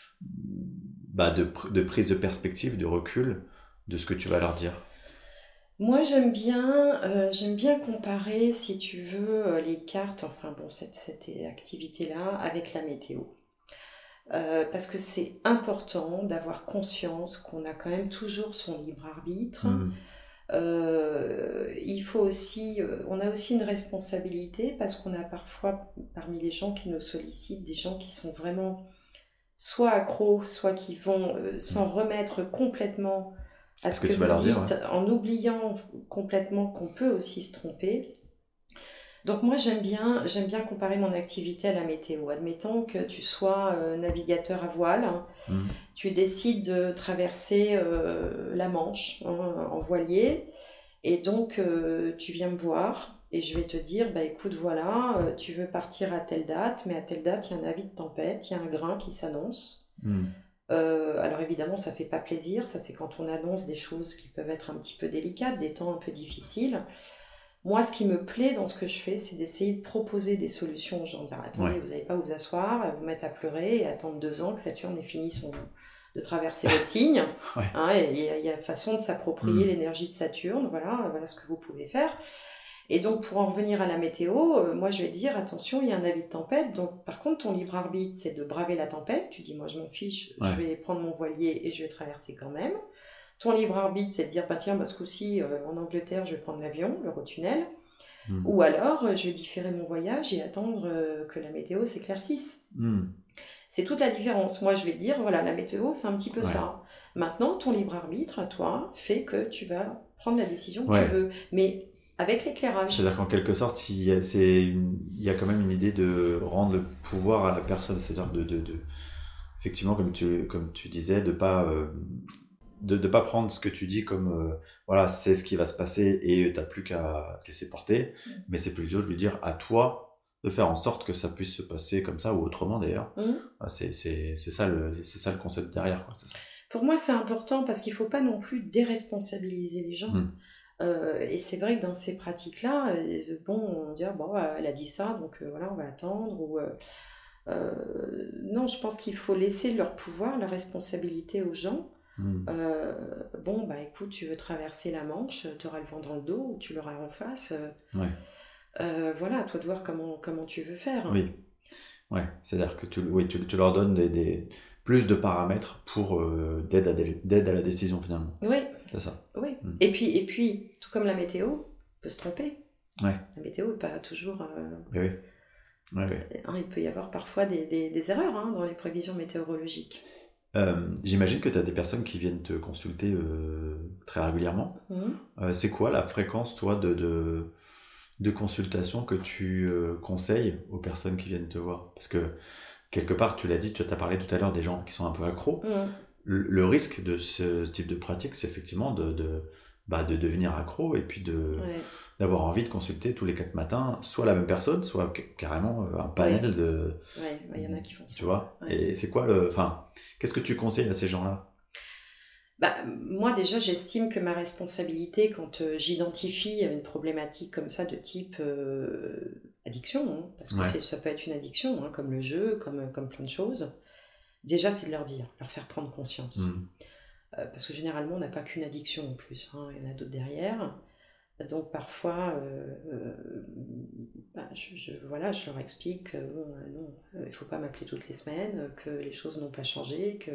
Speaker 3: prise de perspective, de recul de ce que tu vas leur dire?
Speaker 2: Moi, j'aime bien comparer, si tu veux, les cartes, enfin bon, cette activité-là avec la météo. parce que c'est important d'avoir conscience qu'on a quand même toujours son libre arbitre. Il faut aussi, on a aussi une responsabilité parce qu'on a parfois parmi les gens qui nous sollicitent des gens qui sont vraiment soit accros, soit qui vont s'en remettre complètement à ce que
Speaker 3: tu vas
Speaker 2: vous
Speaker 3: leur
Speaker 2: dites,
Speaker 3: dire,
Speaker 2: en oubliant complètement qu'on peut aussi se tromper. Donc moi j'aime bien comparer mon activité à la météo. Admettons que tu sois navigateur à voile, tu décides de traverser la Manche en voilier, et donc tu viens me voir et je vais te dire, bah écoute voilà, tu veux partir à telle date, mais à telle date il y a un avis de tempête, il y a un grain qui s'annonce. Alors évidemment ça fait pas plaisir, ça c'est quand on annonce des choses qui peuvent être un petit peu délicates, des temps un peu difficiles. Moi, ce qui me plaît dans ce que je fais, c'est d'essayer de proposer des solutions aux gens. Dire, attendez, vous n'allez pas vous asseoir, vous mettre à pleurer et attendre 2 ans que Saturne ait fini de traverser votre signe. Hein, et il y a façon de s'approprier l'énergie de Saturne. Voilà ce que vous pouvez faire. Et donc, pour en revenir à la météo, moi, je vais dire, attention, il y a un avis de tempête. Donc, par contre, ton libre arbitre, c'est de braver la tempête. Tu dis, moi, je m'en fiche, je vais prendre mon voilier et je vais traverser quand même. Ton libre arbitre, c'est de dire, bah tiens, ce coup-ci, en Angleterre, je vais prendre l'avion, l'Eurotunnel. Ou alors, je vais différer mon voyage et attendre que la météo s'éclaircisse. C'est toute la différence. Moi, je vais te dire, voilà, la météo, c'est un petit peu ça. Maintenant, ton libre arbitre, à toi, fait que tu vas prendre la décision que tu veux. Mais avec l'éclairage.
Speaker 3: C'est-à-dire qu'en quelque sorte, il y a quand même une idée de rendre le pouvoir à la personne. C'est-à-dire effectivement, comme tu disais, de pas prendre ce que tu dis comme voilà, c'est ce qui va se passer et t'as plus qu'à te laisser porter, mais c'est plutôt de lui dire à toi de faire en sorte que ça puisse se passer comme ça ou autrement d'ailleurs. C'est ça le concept derrière, quoi. C'est ça.
Speaker 2: Pour moi c'est important parce qu'il ne faut pas non plus déresponsabiliser les gens. Et c'est vrai que dans ces pratiques-là, on dit bon, elle a dit ça, donc voilà, on va attendre. Ou non, je pense qu'il faut laisser leur pouvoir, leur responsabilité aux gens. Bon, bah écoute, tu veux traverser la Manche, tu auras le vent dans le dos, ou tu l'auras en face. Voilà, à toi de voir comment tu veux faire.
Speaker 3: Oui, c'est-à-dire que tu leur donnes plus de paramètres pour d'aide à la décision finalement.
Speaker 2: Oui.
Speaker 3: C'est ça.
Speaker 2: Oui. Et puis, tout comme la météo, on peut se tromper. La météo n'est pas toujours.
Speaker 3: Oui.
Speaker 2: Il peut y avoir parfois des erreurs dans les prévisions météorologiques.
Speaker 3: J'imagine que tu as des personnes qui viennent te consulter très régulièrement. C'est quoi la fréquence, toi, de consultation que tu conseilles aux personnes qui viennent te voir? Parce que, quelque part, tu l'as dit, tu as parlé tout à l'heure des gens qui sont un peu accros. Le risque de ce type de pratique, c'est effectivement de devenir accro et puis d'avoir envie de consulter tous les 4 matins, soit la même personne, soit carrément un panel de...
Speaker 2: il y en a qui font ça.
Speaker 3: Tu vois. Et c'est quoi qu'est-ce que tu conseilles à ces gens-là?
Speaker 2: Moi déjà j'estime que ma responsabilité quand j'identifie une problématique comme ça de type addiction, parce que ça peut être une addiction, comme le jeu, comme plein de choses, déjà c'est de leur dire, leur faire prendre conscience. Parce que généralement on n'a pas qu'une addiction en plus, il y en a d'autres derrière. Donc parfois, je leur explique que non, il ne faut pas m'appeler toutes les semaines, que les choses n'ont pas changé, que...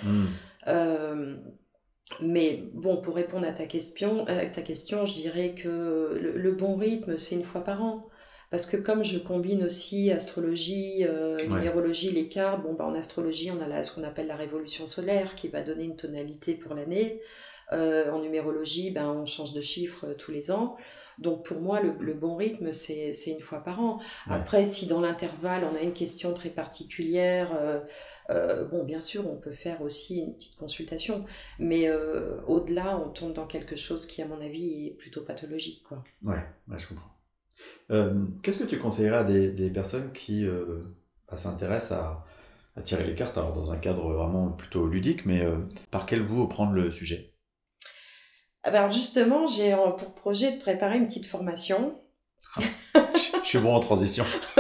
Speaker 2: mais bon, pour répondre à ta question, je dirais que le bon rythme, c'est 1 fois par an. Parce que comme je combine aussi astrologie, numérologie, les cartes, en astrologie, on a ce qu'on appelle la révolution solaire qui va donner une tonalité pour l'année. En numérologie, on change de chiffre tous les ans. Donc pour moi, le bon rythme, c'est 1 fois par an. Après, si dans l'intervalle, on a une question très particulière, bien sûr, on peut faire aussi une petite consultation. Mais au-delà, on tombe dans quelque chose qui, à mon avis, est plutôt pathologique, quoi.
Speaker 3: Ouais, je comprends. Qu'est-ce que tu conseillerais à des personnes qui s'intéressent à tirer les cartes, alors dans un cadre vraiment plutôt ludique, mais par quel bout prendre le sujet?
Speaker 2: Alors justement, j'ai pour projet de préparer une petite formation.
Speaker 3: Je suis bon en transition.
Speaker 2: Oui,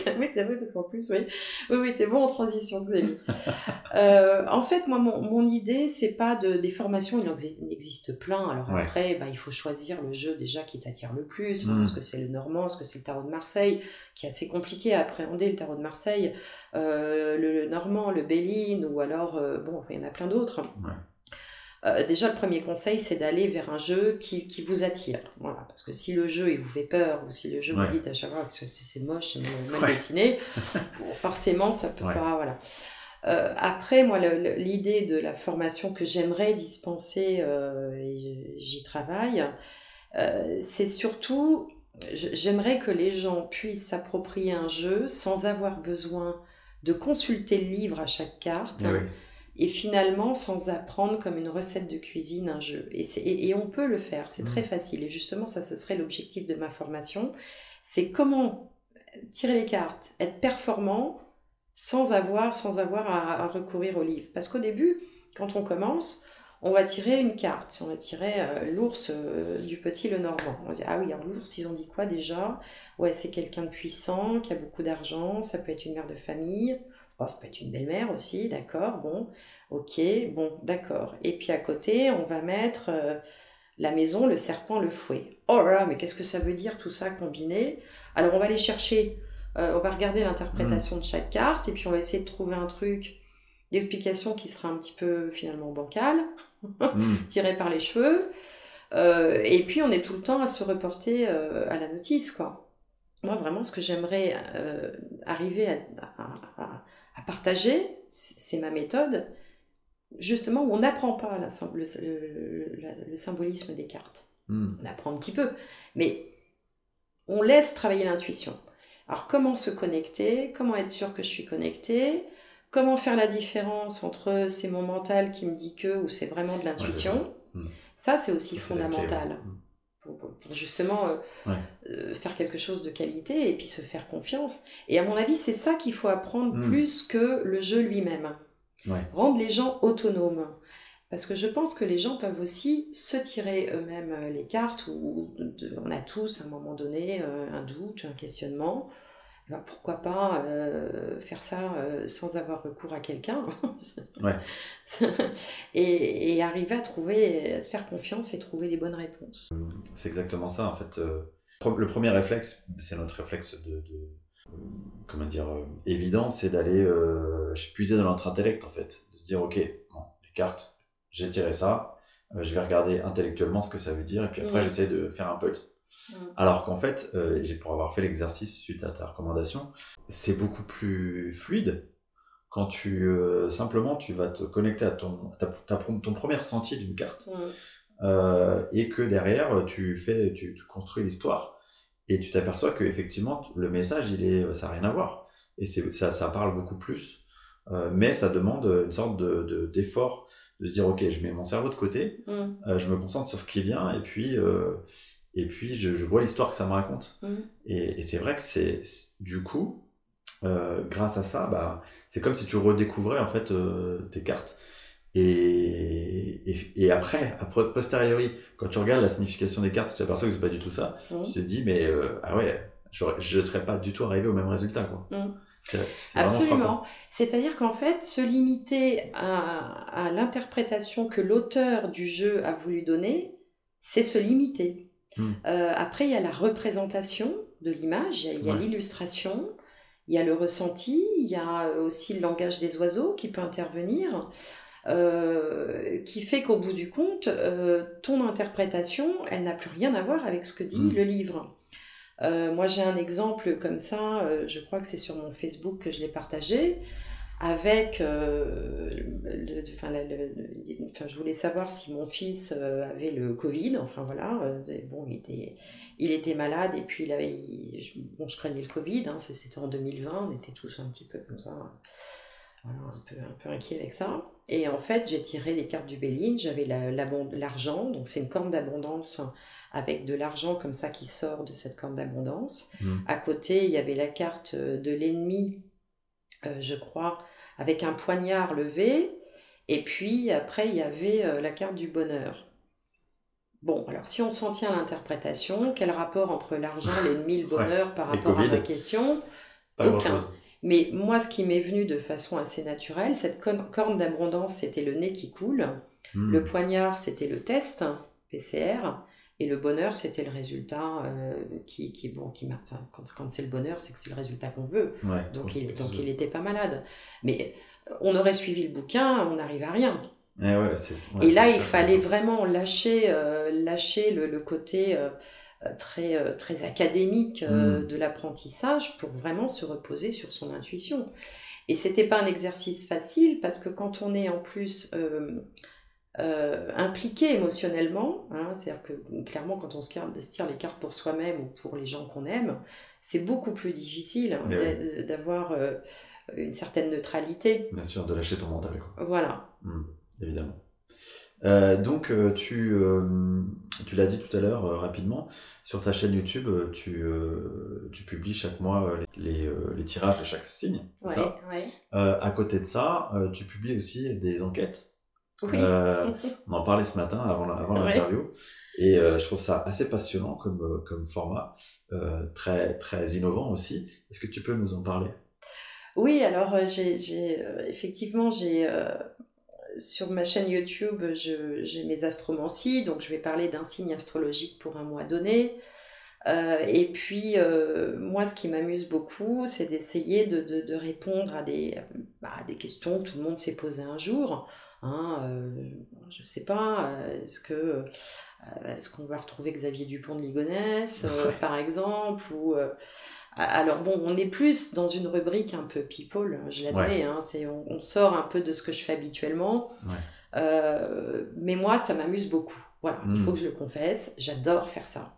Speaker 2: c'est vrai, parce qu'en plus, oui, t'es bon en transition, Xavier. En fait, moi, mon idée, c'est pas des formations, il existe plein. Alors après, il faut choisir le jeu déjà qui t'attire le plus. Est-ce que c'est le normand, est-ce que c'est le tarot de Marseille, qui est assez compliqué à appréhender, le tarot de Marseille, le normand, le Béline, ou alors, il y en a plein d'autres. Déjà, le premier conseil, c'est d'aller vers un jeu qui vous attire. Voilà, parce que si le jeu il vous fait peur, ou si le jeu vous dit à chaque fois que c'est moche, c'est mal dessiné, forcément, ça peut pas. Voilà. Après, moi, l'idée de la formation que j'aimerais dispenser, et j'y travaille, c'est surtout, j'aimerais que les gens puissent s'approprier un jeu sans avoir besoin de consulter le livre à chaque carte. Et finalement, sans apprendre comme une recette de cuisine un jeu. Et on peut le faire, c'est très facile. Et justement, ça, ce serait l'objectif de ma formation. C'est comment tirer les cartes, être performant sans avoir à recourir au livre. Parce qu'au début, quand on commence, on va tirer une carte. On va tirer l'ours du petit Lenormand. On va dire, ah oui, alors l'ours, ils ont dit quoi déjà ? Ouais, c'est quelqu'un de puissant, qui a beaucoup d'argent, ça peut être une mère de famille... Oh, ça peut être une belle-mère aussi, d'accord, bon, ok, bon, d'accord. Et puis à côté, on va mettre la maison, le serpent, le fouet. Oh là là, mais qu'est-ce que ça veut dire tout ça combiné ? Alors on va aller chercher, on va regarder l'interprétation de chaque carte, et puis on va essayer de trouver un truc d'explication qui sera un petit peu finalement bancal, tiré par les cheveux, et puis on est tout le temps à se reporter à la notice, quoi. Moi, vraiment, ce que j'aimerais arriver à partager, c'est ma méthode, justement, où on n'apprend pas le symbolisme des cartes. On apprend un petit peu, mais on laisse travailler l'intuition. Alors, comment se connecter ? Comment être sûr que je suis connectée ? Comment faire la différence entre c'est mon mental qui me dit que, ou c'est vraiment de l'intuition ? Ça, c'est aussi fondamental. Pour justement faire quelque chose de qualité et puis se faire confiance. Et à mon avis, c'est ça qu'il faut apprendre plus que le jeu lui-même. Rendre les gens autonomes. Parce que je pense que les gens peuvent aussi se tirer eux-mêmes les cartes, on a tous à un moment donné un doute, un questionnement. Ben, pourquoi pas faire ça sans avoir recours à quelqu'un et arriver à se faire confiance et trouver les bonnes réponses.
Speaker 3: C'est exactement ça en fait. Le premier réflexe, c'est notre réflexe évident, c'est d'aller puiser dans notre intellect en fait, de se dire ok, bon, les cartes, j'ai tiré ça, je vais regarder intellectuellement ce que ça veut dire et puis après j'essaie de faire un pulse. Alors qu'en fait, pour avoir fait l'exercice suite à ta recommandation, c'est beaucoup plus fluide quand simplement tu vas te connecter à ton premier ressenti d'une carte et que derrière tu construis l'histoire et tu t'aperçois que effectivement le message ça n'a rien à voir et ça parle beaucoup plus, mais ça demande une sorte d'effort de se dire ok, je mets mon cerveau de côté, je me concentre sur ce qui vient et puis je vois l'histoire que ça me raconte. Et c'est vrai que du coup, grâce à ça, c'est comme si tu redécouvrais en fait tes cartes. Et après, posteriori, quand tu regardes la signification des cartes, tu t'aperçois que c'est pas du tout ça. Tu te dis, mais ah ouais, je serais pas du tout arrivé au même résultat, quoi. C'est
Speaker 2: absolument. C'est-à-dire qu'en fait, se limiter à l'interprétation que l'auteur du jeu a voulu donner, c'est se limiter. Après, il y a la représentation de l'image, il y a l'illustration, il y a le ressenti, il y a aussi le langage des oiseaux qui peut intervenir, qui fait qu'au bout du compte, ton interprétation, elle n'a plus rien à voir avec ce que dit le livre. Moi, j'ai un exemple comme ça, je crois que c'est sur mon Facebook que je l'ai partagé, avec je voulais savoir si mon fils avait le Covid, enfin voilà, bon, il était malade et puis je craignais le Covid, hein, c'était en 2020, on était tous un petit peu comme ça, voilà, un peu inquiets avec ça. Et en fait, j'ai tiré les cartes du Béline, j'avais l'argent, donc c'est une corne d'abondance avec de l'argent comme ça qui sort de cette corne d'abondance. À côté, il y avait la carte de l'ennemi, je crois, avec un poignard levé, et puis après il y avait la carte du bonheur. Bon, alors si on s'en tient à l'interprétation, quel rapport entre l'argent, l'ennemi, le bonheur par rapport à ma question ?
Speaker 3: Pas
Speaker 2: aucun.
Speaker 3: grand-chose.
Speaker 2: Mais moi, ce qui m'est venu de façon assez naturelle, cette corne d'abondance, c'était le nez qui coule. Le poignard, c'était le test PCR. Et le bonheur, c'était le résultat enfin, quand c'est le bonheur, c'est que c'est le résultat qu'on veut.
Speaker 3: Ouais,
Speaker 2: Donc il n'était pas malade. Mais on aurait suivi le bouquin, on n'arrive à rien. Et là, il fallait vraiment lâcher le côté très académique de l'apprentissage pour vraiment se reposer sur son intuition. Et c'était pas un exercice facile parce que quand on est en plus impliqué émotionnellement, hein, c'est-à-dire que clairement quand on se tire les cartes pour soi-même ou pour les gens qu'on aime, c'est beaucoup plus difficile d'avoir une certaine neutralité.
Speaker 3: Bien sûr, de lâcher ton mental, quoi.
Speaker 2: Voilà.
Speaker 3: Évidemment. Donc, tu l'as dit tout à l'heure rapidement, sur ta chaîne YouTube, tu publies chaque mois les tirages de chaque signe, c'est ça ? À côté de ça, tu publies aussi des enquêtes.
Speaker 2: Oui.
Speaker 3: On en parlait ce matin avant l'interview, et je trouve ça assez passionnant comme format, très, très innovant aussi. Est-ce que tu peux nous en parler ?
Speaker 2: Oui, alors effectivement, sur ma chaîne YouTube, j'ai mes astromancies, donc je vais parler d'un signe astrologique pour un mois donné. Et puis, moi, ce qui m'amuse beaucoup, c'est d'essayer de répondre à des questions que tout le monde s'est posées un jour. Je ne sais pas, est-ce qu'on va retrouver Xavier Dupont de Ligonnès, par exemple, ou... Alors bon, on est plus dans une rubrique un peu people, je l'admets, hein, on sort un peu de ce que je fais habituellement, mais moi ça m'amuse beaucoup, voilà, il faut que je le confesse, j'adore faire ça.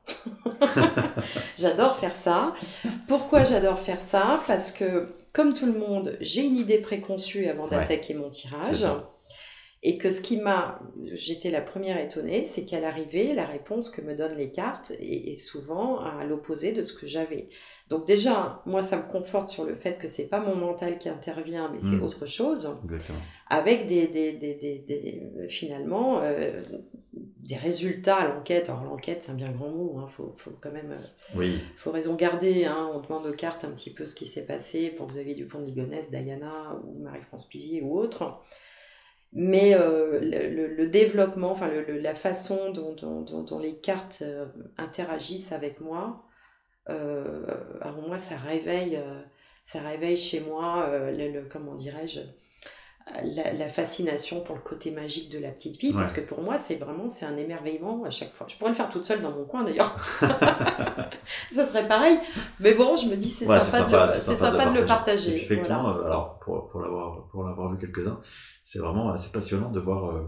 Speaker 2: J'adore faire ça. Pourquoi j'adore faire ça ? Parce que comme tout le monde, j'ai une idée préconçue avant d'attaquer mon tirage. Et que j'étais la première étonnée, c'est qu'à l'arrivée, la réponse que me donnent les cartes est souvent à l'opposé de ce que j'avais. Donc déjà, moi, ça me conforte sur le fait que c'est pas mon mental qui intervient, mais c'est autre chose.
Speaker 3: Exactement.
Speaker 2: Avec finalement des résultats à l'enquête. Alors l'enquête, c'est un bien grand mot, hein. Faut quand même, faut raison garder. Hein. On demande aux cartes un petit peu ce qui s'est passé pour Xavier Dupont de Ligonnès, Diana ou Marie-France Pizier ou autres. Mais le développement, enfin la façon dont les cartes interagissent avec moi, alors moi ça réveille chez moi comment dirais-je, la fascination pour le côté magique de la petite fille, parce que pour moi c'est un émerveillement à chaque fois. Je pourrais le faire toute seule dans mon coin d'ailleurs. Ça serait pareil, mais bon, je me dis c'est sympa de le partager.
Speaker 3: Et puis, effectivement, alors pour l'avoir vu quelques-uns, c'est vraiment assez passionnant de voir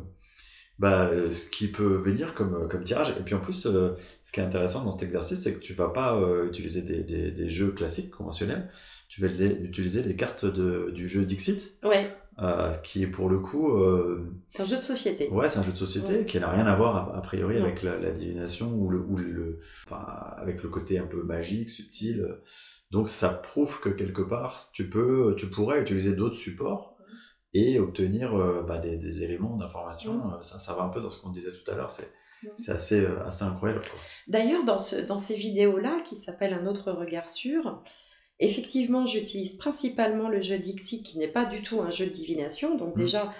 Speaker 3: ce qui peut venir comme tirage. Et puis en plus, ce qui est intéressant dans cet exercice, c'est que tu vas pas utiliser des jeux classiques, conventionnels. Tu vas utiliser les cartes du jeu Dixit.
Speaker 2: Ouais.
Speaker 3: Qui est pour le coup...
Speaker 2: c'est un jeu de société.
Speaker 3: Ouais, c'est un jeu de société qui n'a rien à voir a priori avec la divination ou avec le côté un peu magique, subtil. Donc ça prouve que quelque part, tu pourrais utiliser d'autres supports et obtenir des éléments d'information. Ça va un peu dans ce qu'on disait tout à l'heure. C'est assez incroyable, quoi.
Speaker 2: D'ailleurs, dans ces vidéos-là, qui s'appellent Un autre regard sur... Effectivement, j'utilise principalement le jeu Dixit, qui n'est pas du tout un jeu de divination. Donc déjà,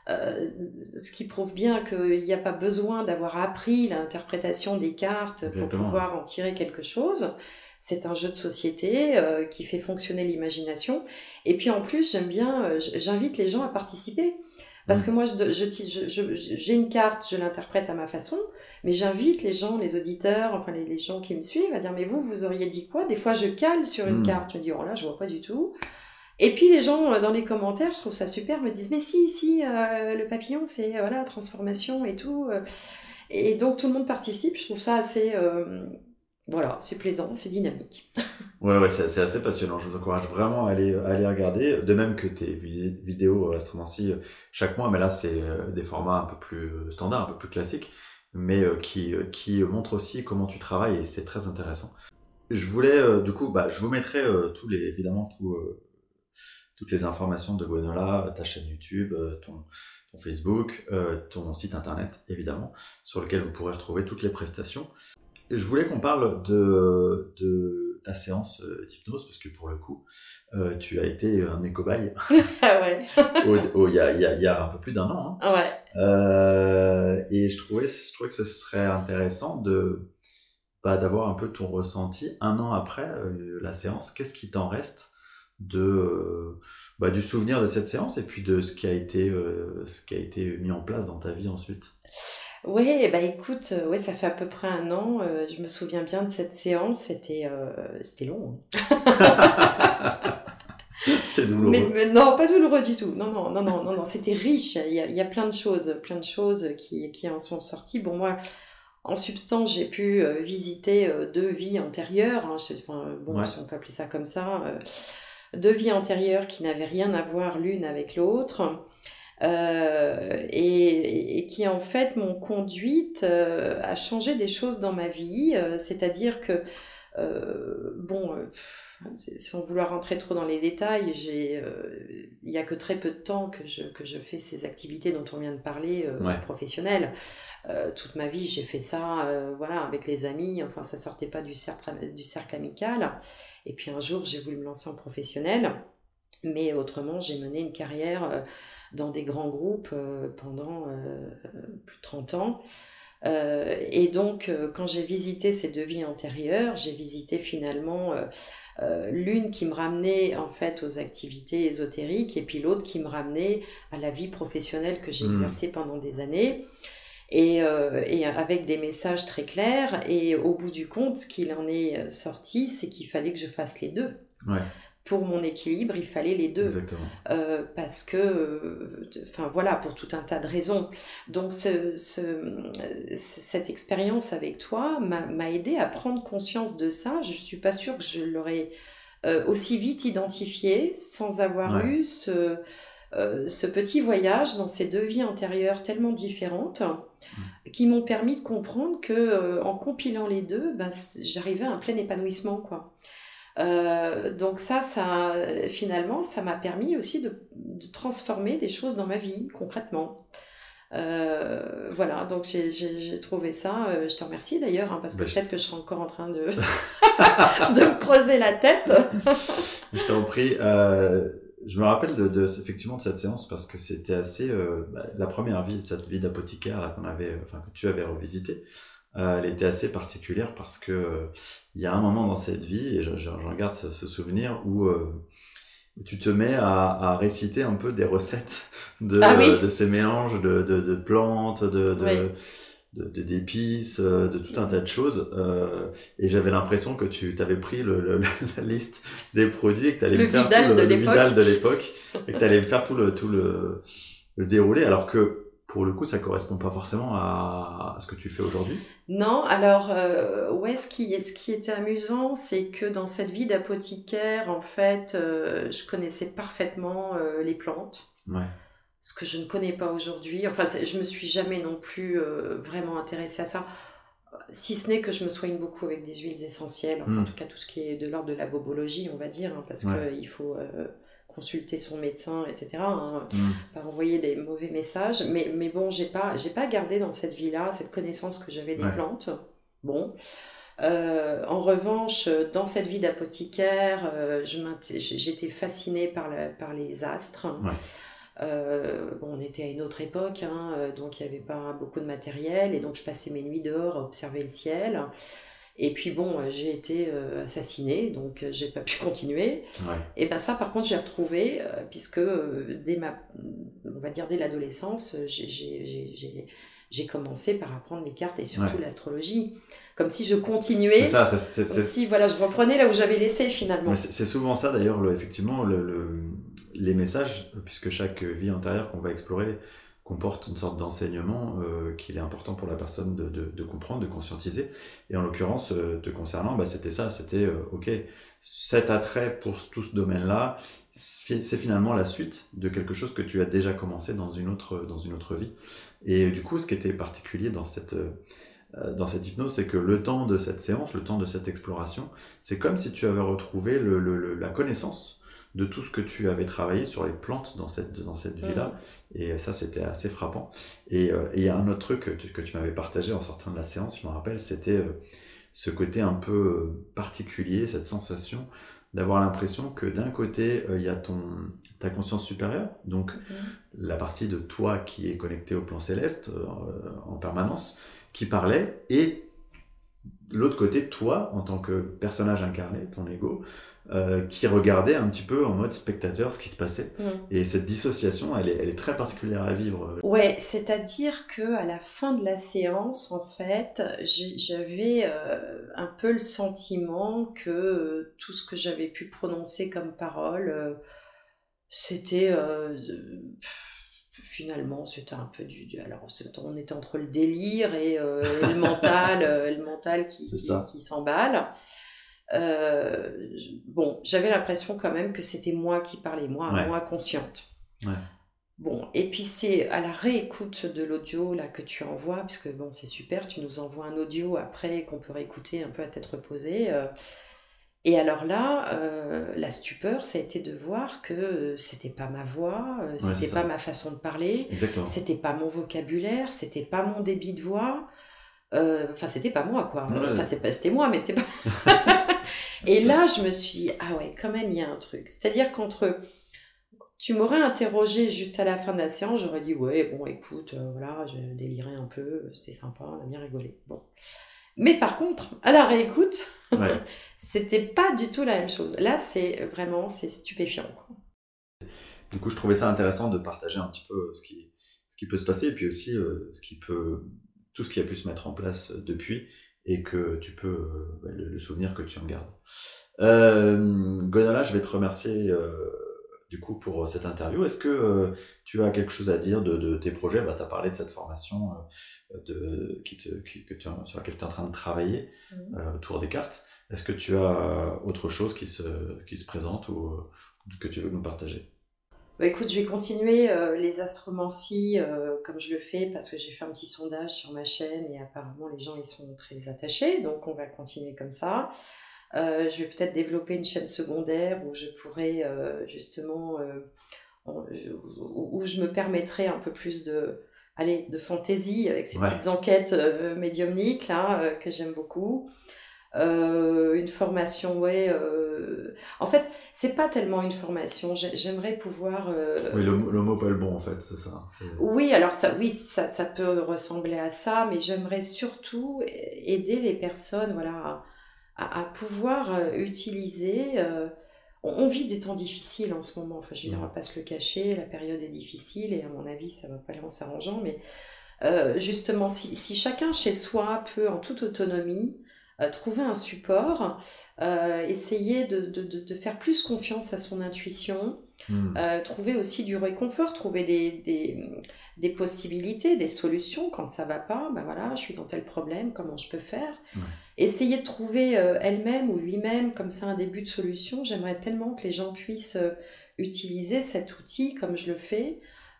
Speaker 2: ce qui prouve bien qu'il n'y a pas besoin d'avoir appris l'interprétation des cartes pour pouvoir en tirer quelque chose. C'est un jeu de société qui fait fonctionner l'imagination. Et puis en plus, j'invite les gens à participer. Parce que moi, j'ai une carte, je l'interprète à ma façon, mais j'invite les gens, les auditeurs, enfin les gens qui me suivent à dire « mais vous auriez dit quoi ?» Des fois, je cale sur une carte, je me dis « oh là, je vois pas du tout ». Et puis les gens, dans les commentaires, je trouve ça super, me disent « mais si, le papillon, c'est la transformation et tout ». Et donc, tout le monde participe, je trouve ça assez... c'est plaisant, c'est dynamique.
Speaker 3: Ouais, c'est assez passionnant. Je vous encourage vraiment à aller regarder. De même que tes vidéos Astromancie chaque mois, mais là, c'est des formats un peu plus standards, un peu plus classiques, mais qui montrent aussi comment tu travailles et c'est très intéressant. Je voulais, du coup, je vous mettrai évidemment toutes les informations de Gwenola, ta chaîne YouTube, ton Facebook, ton site internet, évidemment, sur lequel vous pourrez retrouver toutes les prestations. Je voulais qu'on parle de ta séance d'hypnose, parce que pour le coup, tu as été un de mes cobayes
Speaker 2: Ah ouais.
Speaker 3: il y a un peu plus d'un an. Hein.
Speaker 2: Ouais.
Speaker 3: Et je trouvais que ce serait intéressant d'avoir un peu ton ressenti un an après la séance. Qu'est-ce qui t'en reste du souvenir de cette séance et puis de ce qui a été mis en place dans ta vie ensuite?
Speaker 2: Ouais, bah écoute, ouais, ça fait à peu près un an. Je me souviens bien de cette séance. C'était long.
Speaker 3: C'était douloureux.
Speaker 2: Mais non, pas douloureux du tout. Non. C'était riche. Il y a plein de choses qui en sont sorties. Bon, moi, en substance, j'ai pu visiter 2 vies antérieures. Hein. Bon,
Speaker 3: Ouais.
Speaker 2: si on peut appeler ça comme ça. 2 vies antérieures qui n'avaient rien à voir l'une avec l'autre. Et qui en fait m'ont conduite à changer des choses dans ma vie, c'est-à-dire que sans vouloir rentrer trop dans les détails, il y a que très peu de temps que je fais ces activités dont on vient de parler
Speaker 3: Ouais.
Speaker 2: professionnelles. Toute ma vie j'ai fait ça voilà, avec les amis, enfin ça sortait pas du cercle amical. Et puis un jour j'ai voulu me lancer en professionnel. Mais autrement, j'ai mené une carrière dans des grands groupes pendant plus de 30 ans. Et donc, quand j'ai visité ces 2 vies antérieures, j'ai visité finalement l'une qui me ramenait en fait aux activités ésotériques et puis l'autre qui me ramenait à la vie professionnelle que j'ai exercée pendant des années. Et avec des messages très clairs. Et au bout du compte, ce qu'il en est sorti, c'est qu'il fallait que je fasse les deux.
Speaker 3: Ouais.
Speaker 2: Pour mon équilibre, il fallait les deux.
Speaker 3: Exactement.
Speaker 2: Parce que, voilà, pour tout un tas de raisons. Donc, cette expérience avec toi m'a aidé à prendre conscience de ça. Je ne suis pas sûre que je l'aurais aussi vite identifié sans avoir eu ce petit voyage dans ces 2 vies antérieures tellement différentes qui m'ont permis de comprendre que en compilant les deux, j'arrivais à un plein épanouissement, quoi. Donc finalement, ça m'a permis aussi de transformer des choses dans ma vie, concrètement. Voilà, donc j'ai trouvé ça. Je te remercie d'ailleurs, hein, parce que peut-être que je serai encore en train de, de me creuser la tête.
Speaker 3: Je t'en prie. Je me rappelle effectivement de cette séance parce que c'était assez la première vie, cette vie d'apothicaire là, que tu avais revisité. Elle était assez particulière parce que il y a un moment dans cette vie, et j'en garde ce souvenir, où tu te mets à réciter un peu des recettes de ces mélanges de plantes, d'épices, de tout un tas de choses. Et j'avais l'impression que tu t'avais pris la liste des produits et que tu allais me faire le Vidal de l'époque et que tu allais me faire tout le déroulé, alors que pour le coup, ça correspond pas forcément à ce que tu fais aujourd'hui.
Speaker 2: Non, alors, ce qui était amusant, c'est que dans cette vie d'apothicaire, en fait, je connaissais parfaitement les plantes.
Speaker 3: Ouais.
Speaker 2: Ce que je ne connais pas aujourd'hui. Enfin, je me suis jamais non plus vraiment intéressée à ça. Si ce n'est que je me soigne beaucoup avec des huiles essentielles. Enfin, en tout cas, tout ce qui est de l'ordre de la bobologie, on va dire, hein, parce qu'il faut consulter son médecin, etc. Pas envoyer des mauvais messages. Mais bon, j'ai pas gardé dans cette vie-là cette connaissance que j'avais des plantes. Bon. En revanche, dans cette vie d'apothicaire, j'étais fascinée par les astres. On était à une autre époque, donc il n'y avait pas beaucoup de matériel, et donc je passais mes nuits dehors à observer le ciel. Et puis bon, j'ai été assassinée, donc j'ai pas pu continuer. Et ça, par contre, j'ai retrouvé, puisque dès l'adolescence, j'ai commencé par apprendre les cartes et surtout l'astrologie, comme si je continuais.
Speaker 3: C'est ça,
Speaker 2: si voilà, je reprenais là où j'avais laissé finalement.
Speaker 3: Mais c'est souvent ça d'ailleurs, effectivement, les messages, puisque chaque vie antérieure qu'on va explorer comporte une sorte d'enseignement qu'il est important pour la personne de comprendre, de conscientiser. Et en l'occurrence, te concernant, c'était ça, c'était ok, cet attrait pour tout ce domaine-là, c'est finalement la suite de quelque chose que tu as déjà commencé dans une autre vie. Et du coup, ce qui était particulier dans cette hypnose, c'est que le temps de cette séance, le temps de cette exploration, c'est comme si tu avais retrouvé la connaissance de tout ce que tu avais travaillé sur les plantes dans cette vie-là. Et ça, c'était assez frappant. Et il y a un autre truc que tu m'avais partagé en sortant de la séance, je me rappelle, c'était ce côté un peu particulier, cette sensation d'avoir l'impression que d'un côté, il y a ta conscience supérieure, donc la partie de toi qui est connectée au plan céleste en permanence, qui parlait, et de l'autre côté, toi, en tant que personnage incarné, ton ego, qui regardait un petit peu en mode spectateur ce qui se passait. Et cette dissociation, elle est très particulière à vivre.
Speaker 2: Ouais, c'est-à-dire qu'à la fin de la séance, en fait, j'avais un peu le sentiment que tout ce que j'avais pu prononcer comme parole, c'était... finalement, c'était un peu alors, on était entre le délire et le mental qui s'emballe. Bon, j'avais l'impression quand même que c'était moi qui parlais, moi consciente.
Speaker 3: Ouais.
Speaker 2: Bon, et puis c'est à la réécoute de l'audio là que tu envoies, parce que bon, c'est super, tu nous envoies un audio après qu'on peut réécouter un peu à tête reposée. Et alors là, la stupeur, ça a été de voir que c'était pas ma voix, c'était pas ma façon de parler,
Speaker 3: Exactement.
Speaker 2: C'était pas mon vocabulaire, c'était pas mon débit de voix. Enfin, c'était pas moi, quoi. Enfin, c'était moi, mais c'était pas... Et là, je me suis dit, ah ouais, quand même, il y a un truc. C'est-à-dire qu'entre... Tu m'aurais interrogé juste à la fin de la séance, j'aurais dit, ouais, bon, écoute, voilà, j'ai déliré un peu, c'était sympa, on a bien rigolé. Bon. Mais par contre, à la réécoute, c'était pas du tout la même chose. Là, c'est stupéfiant, quoi.
Speaker 3: Du coup, je trouvais ça intéressant de partager un petit peu ce qui peut se passer, et puis aussi tout ce qui a pu se mettre en place depuis, et que tu peux, le souvenir que tu en gardes. Gwenola, je vais te remercier du coup pour cette interview. Est-ce que tu as quelque chose à dire de tes projets? Tu as parlé de cette formation sur laquelle tu es en train de travailler autour des cartes. Est-ce que tu as autre chose qui se présente ou que tu veux nous partager?
Speaker 2: Bah, écoute, je vais continuer les astromancies comme je le fais, parce que j'ai fait un petit sondage sur ma chaîne et apparemment les gens y sont très attachés, donc on va continuer comme ça. Je vais peut-être développer une chaîne secondaire où je pourrais justement, où je me permettrai un peu plus de fantaisie avec ces petites enquêtes médiumniques là, que j'aime beaucoup. Une formation, en fait, c'est pas tellement une formation. J'aimerais pouvoir.
Speaker 3: Oui, le mot pas le bon, en fait, c'est ça.
Speaker 2: Oui, alors ça peut ressembler à ça, mais j'aimerais surtout aider les personnes, voilà, à pouvoir utiliser. On vit des temps difficiles en ce moment. Enfin, je veux dire, on va pas se le cacher. La période est difficile et à mon avis, ça va pas aller en s'arrangeant. Mais justement, si chacun chez soi peut, en toute autonomie, trouver un support, essayer de faire plus confiance à son intuition, trouver aussi du réconfort, trouver des possibilités, des solutions quand ça va pas, ben voilà, je suis dans tel problème, comment je peux faire, essayer de trouver elle-même ou lui-même comme ça un début de solution. J'aimerais tellement que les gens puissent utiliser cet outil comme je le fais,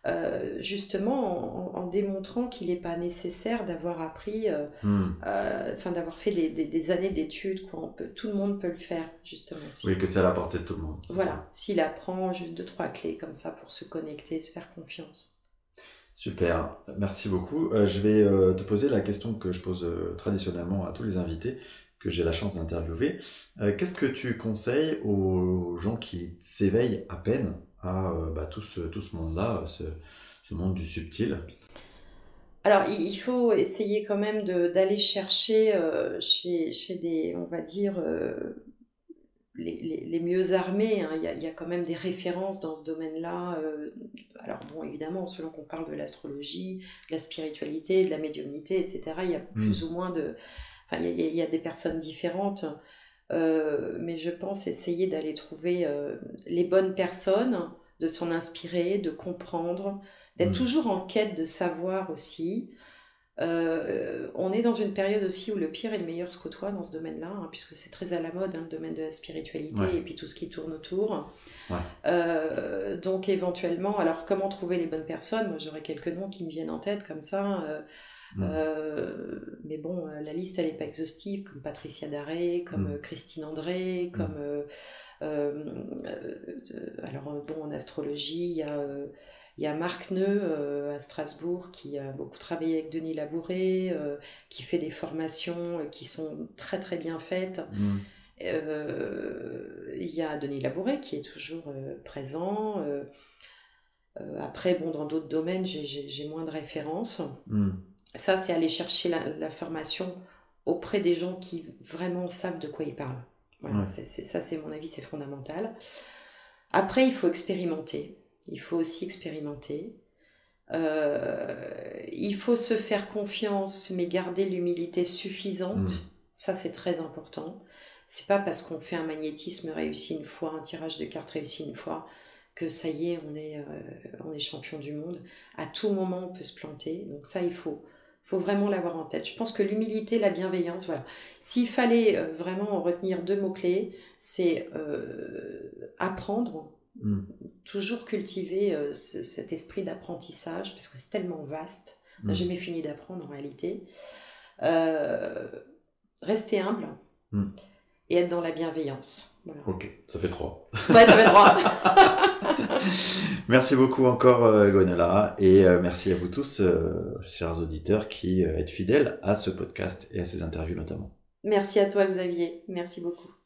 Speaker 2: justement en démontrant qu'il n'est pas nécessaire d'avoir appris, d'avoir fait des années d'études, quoi. Tout le monde peut le faire, justement.
Speaker 3: Oui, que c'est à la portée de tout le monde.
Speaker 2: Voilà, s'il apprend juste 2-3 clés comme ça pour se connecter, se faire confiance.
Speaker 3: Super, merci beaucoup. Je vais te poser la question que je pose traditionnellement à tous les invités que j'ai la chance d'interviewer. Qu'est-ce que tu conseilles aux gens qui s'éveillent à peine à tout ce monde-là, ce monde du subtil?
Speaker 2: Alors, il faut essayer quand même d'aller chercher chez des, on va dire, les mieux armés, hein. Il y a quand même des références dans ce domaine-là. Alors bon, évidemment, selon qu'on parle de l'astrologie, de la spiritualité, de la médiumnité, etc., il y a plus ou moins de... Enfin, il y a des personnes différentes, mais je pense essayer d'aller trouver les bonnes personnes, de s'en inspirer, de comprendre, d'être toujours en quête de savoir aussi. On est dans une période aussi où le pire et le meilleur se côtoient dans ce domaine-là, hein, puisque c'est très à la mode, hein, le domaine de la spiritualité et puis tout ce qui tourne autour. Donc éventuellement, alors comment trouver les bonnes personnes? Moi j'aurais quelques noms qui me viennent en tête comme ça, mais bon, la liste elle n'est pas exhaustive, comme Patricia Daré, comme Christine André, comme alors bon, en astrologie il Il y a Marc Neu à Strasbourg qui a beaucoup travaillé avec Denis Labouré, qui fait des formations qui sont très très bien faites. Il y a Denis Labouré qui est toujours présent. Après, bon, dans d'autres domaines, j'ai moins de références. Ça, c'est aller chercher la formation auprès des gens qui vraiment savent de quoi ils parlent. Voilà, ça, c'est mon avis, c'est fondamental. Après, il faut expérimenter. Il faut aussi expérimenter. Il faut se faire confiance, mais garder l'humilité suffisante. Ça, c'est très important. C'est pas parce qu'on fait un magnétisme réussi une fois, un tirage de cartes réussi une fois, que ça y est, on est champion du monde. À tout moment, on peut se planter. Donc ça, il faut vraiment l'avoir en tête. Je pense que l'humilité, la bienveillance, voilà. S'il fallait vraiment en retenir 2 mots-clés, c'est apprendre, toujours cultiver cet esprit d'apprentissage, parce que c'est tellement vaste. On n'a jamais fini d'apprendre en réalité. Rester humble et être dans la bienveillance. Voilà.
Speaker 3: Ok, ça fait 3.
Speaker 2: Ouais, ça fait 3.
Speaker 3: Merci beaucoup encore Gwenola et merci à vous tous, chers auditeurs, qui êtes fidèles à ce podcast et à ces interviews notamment.
Speaker 2: Merci à toi Xavier, merci beaucoup.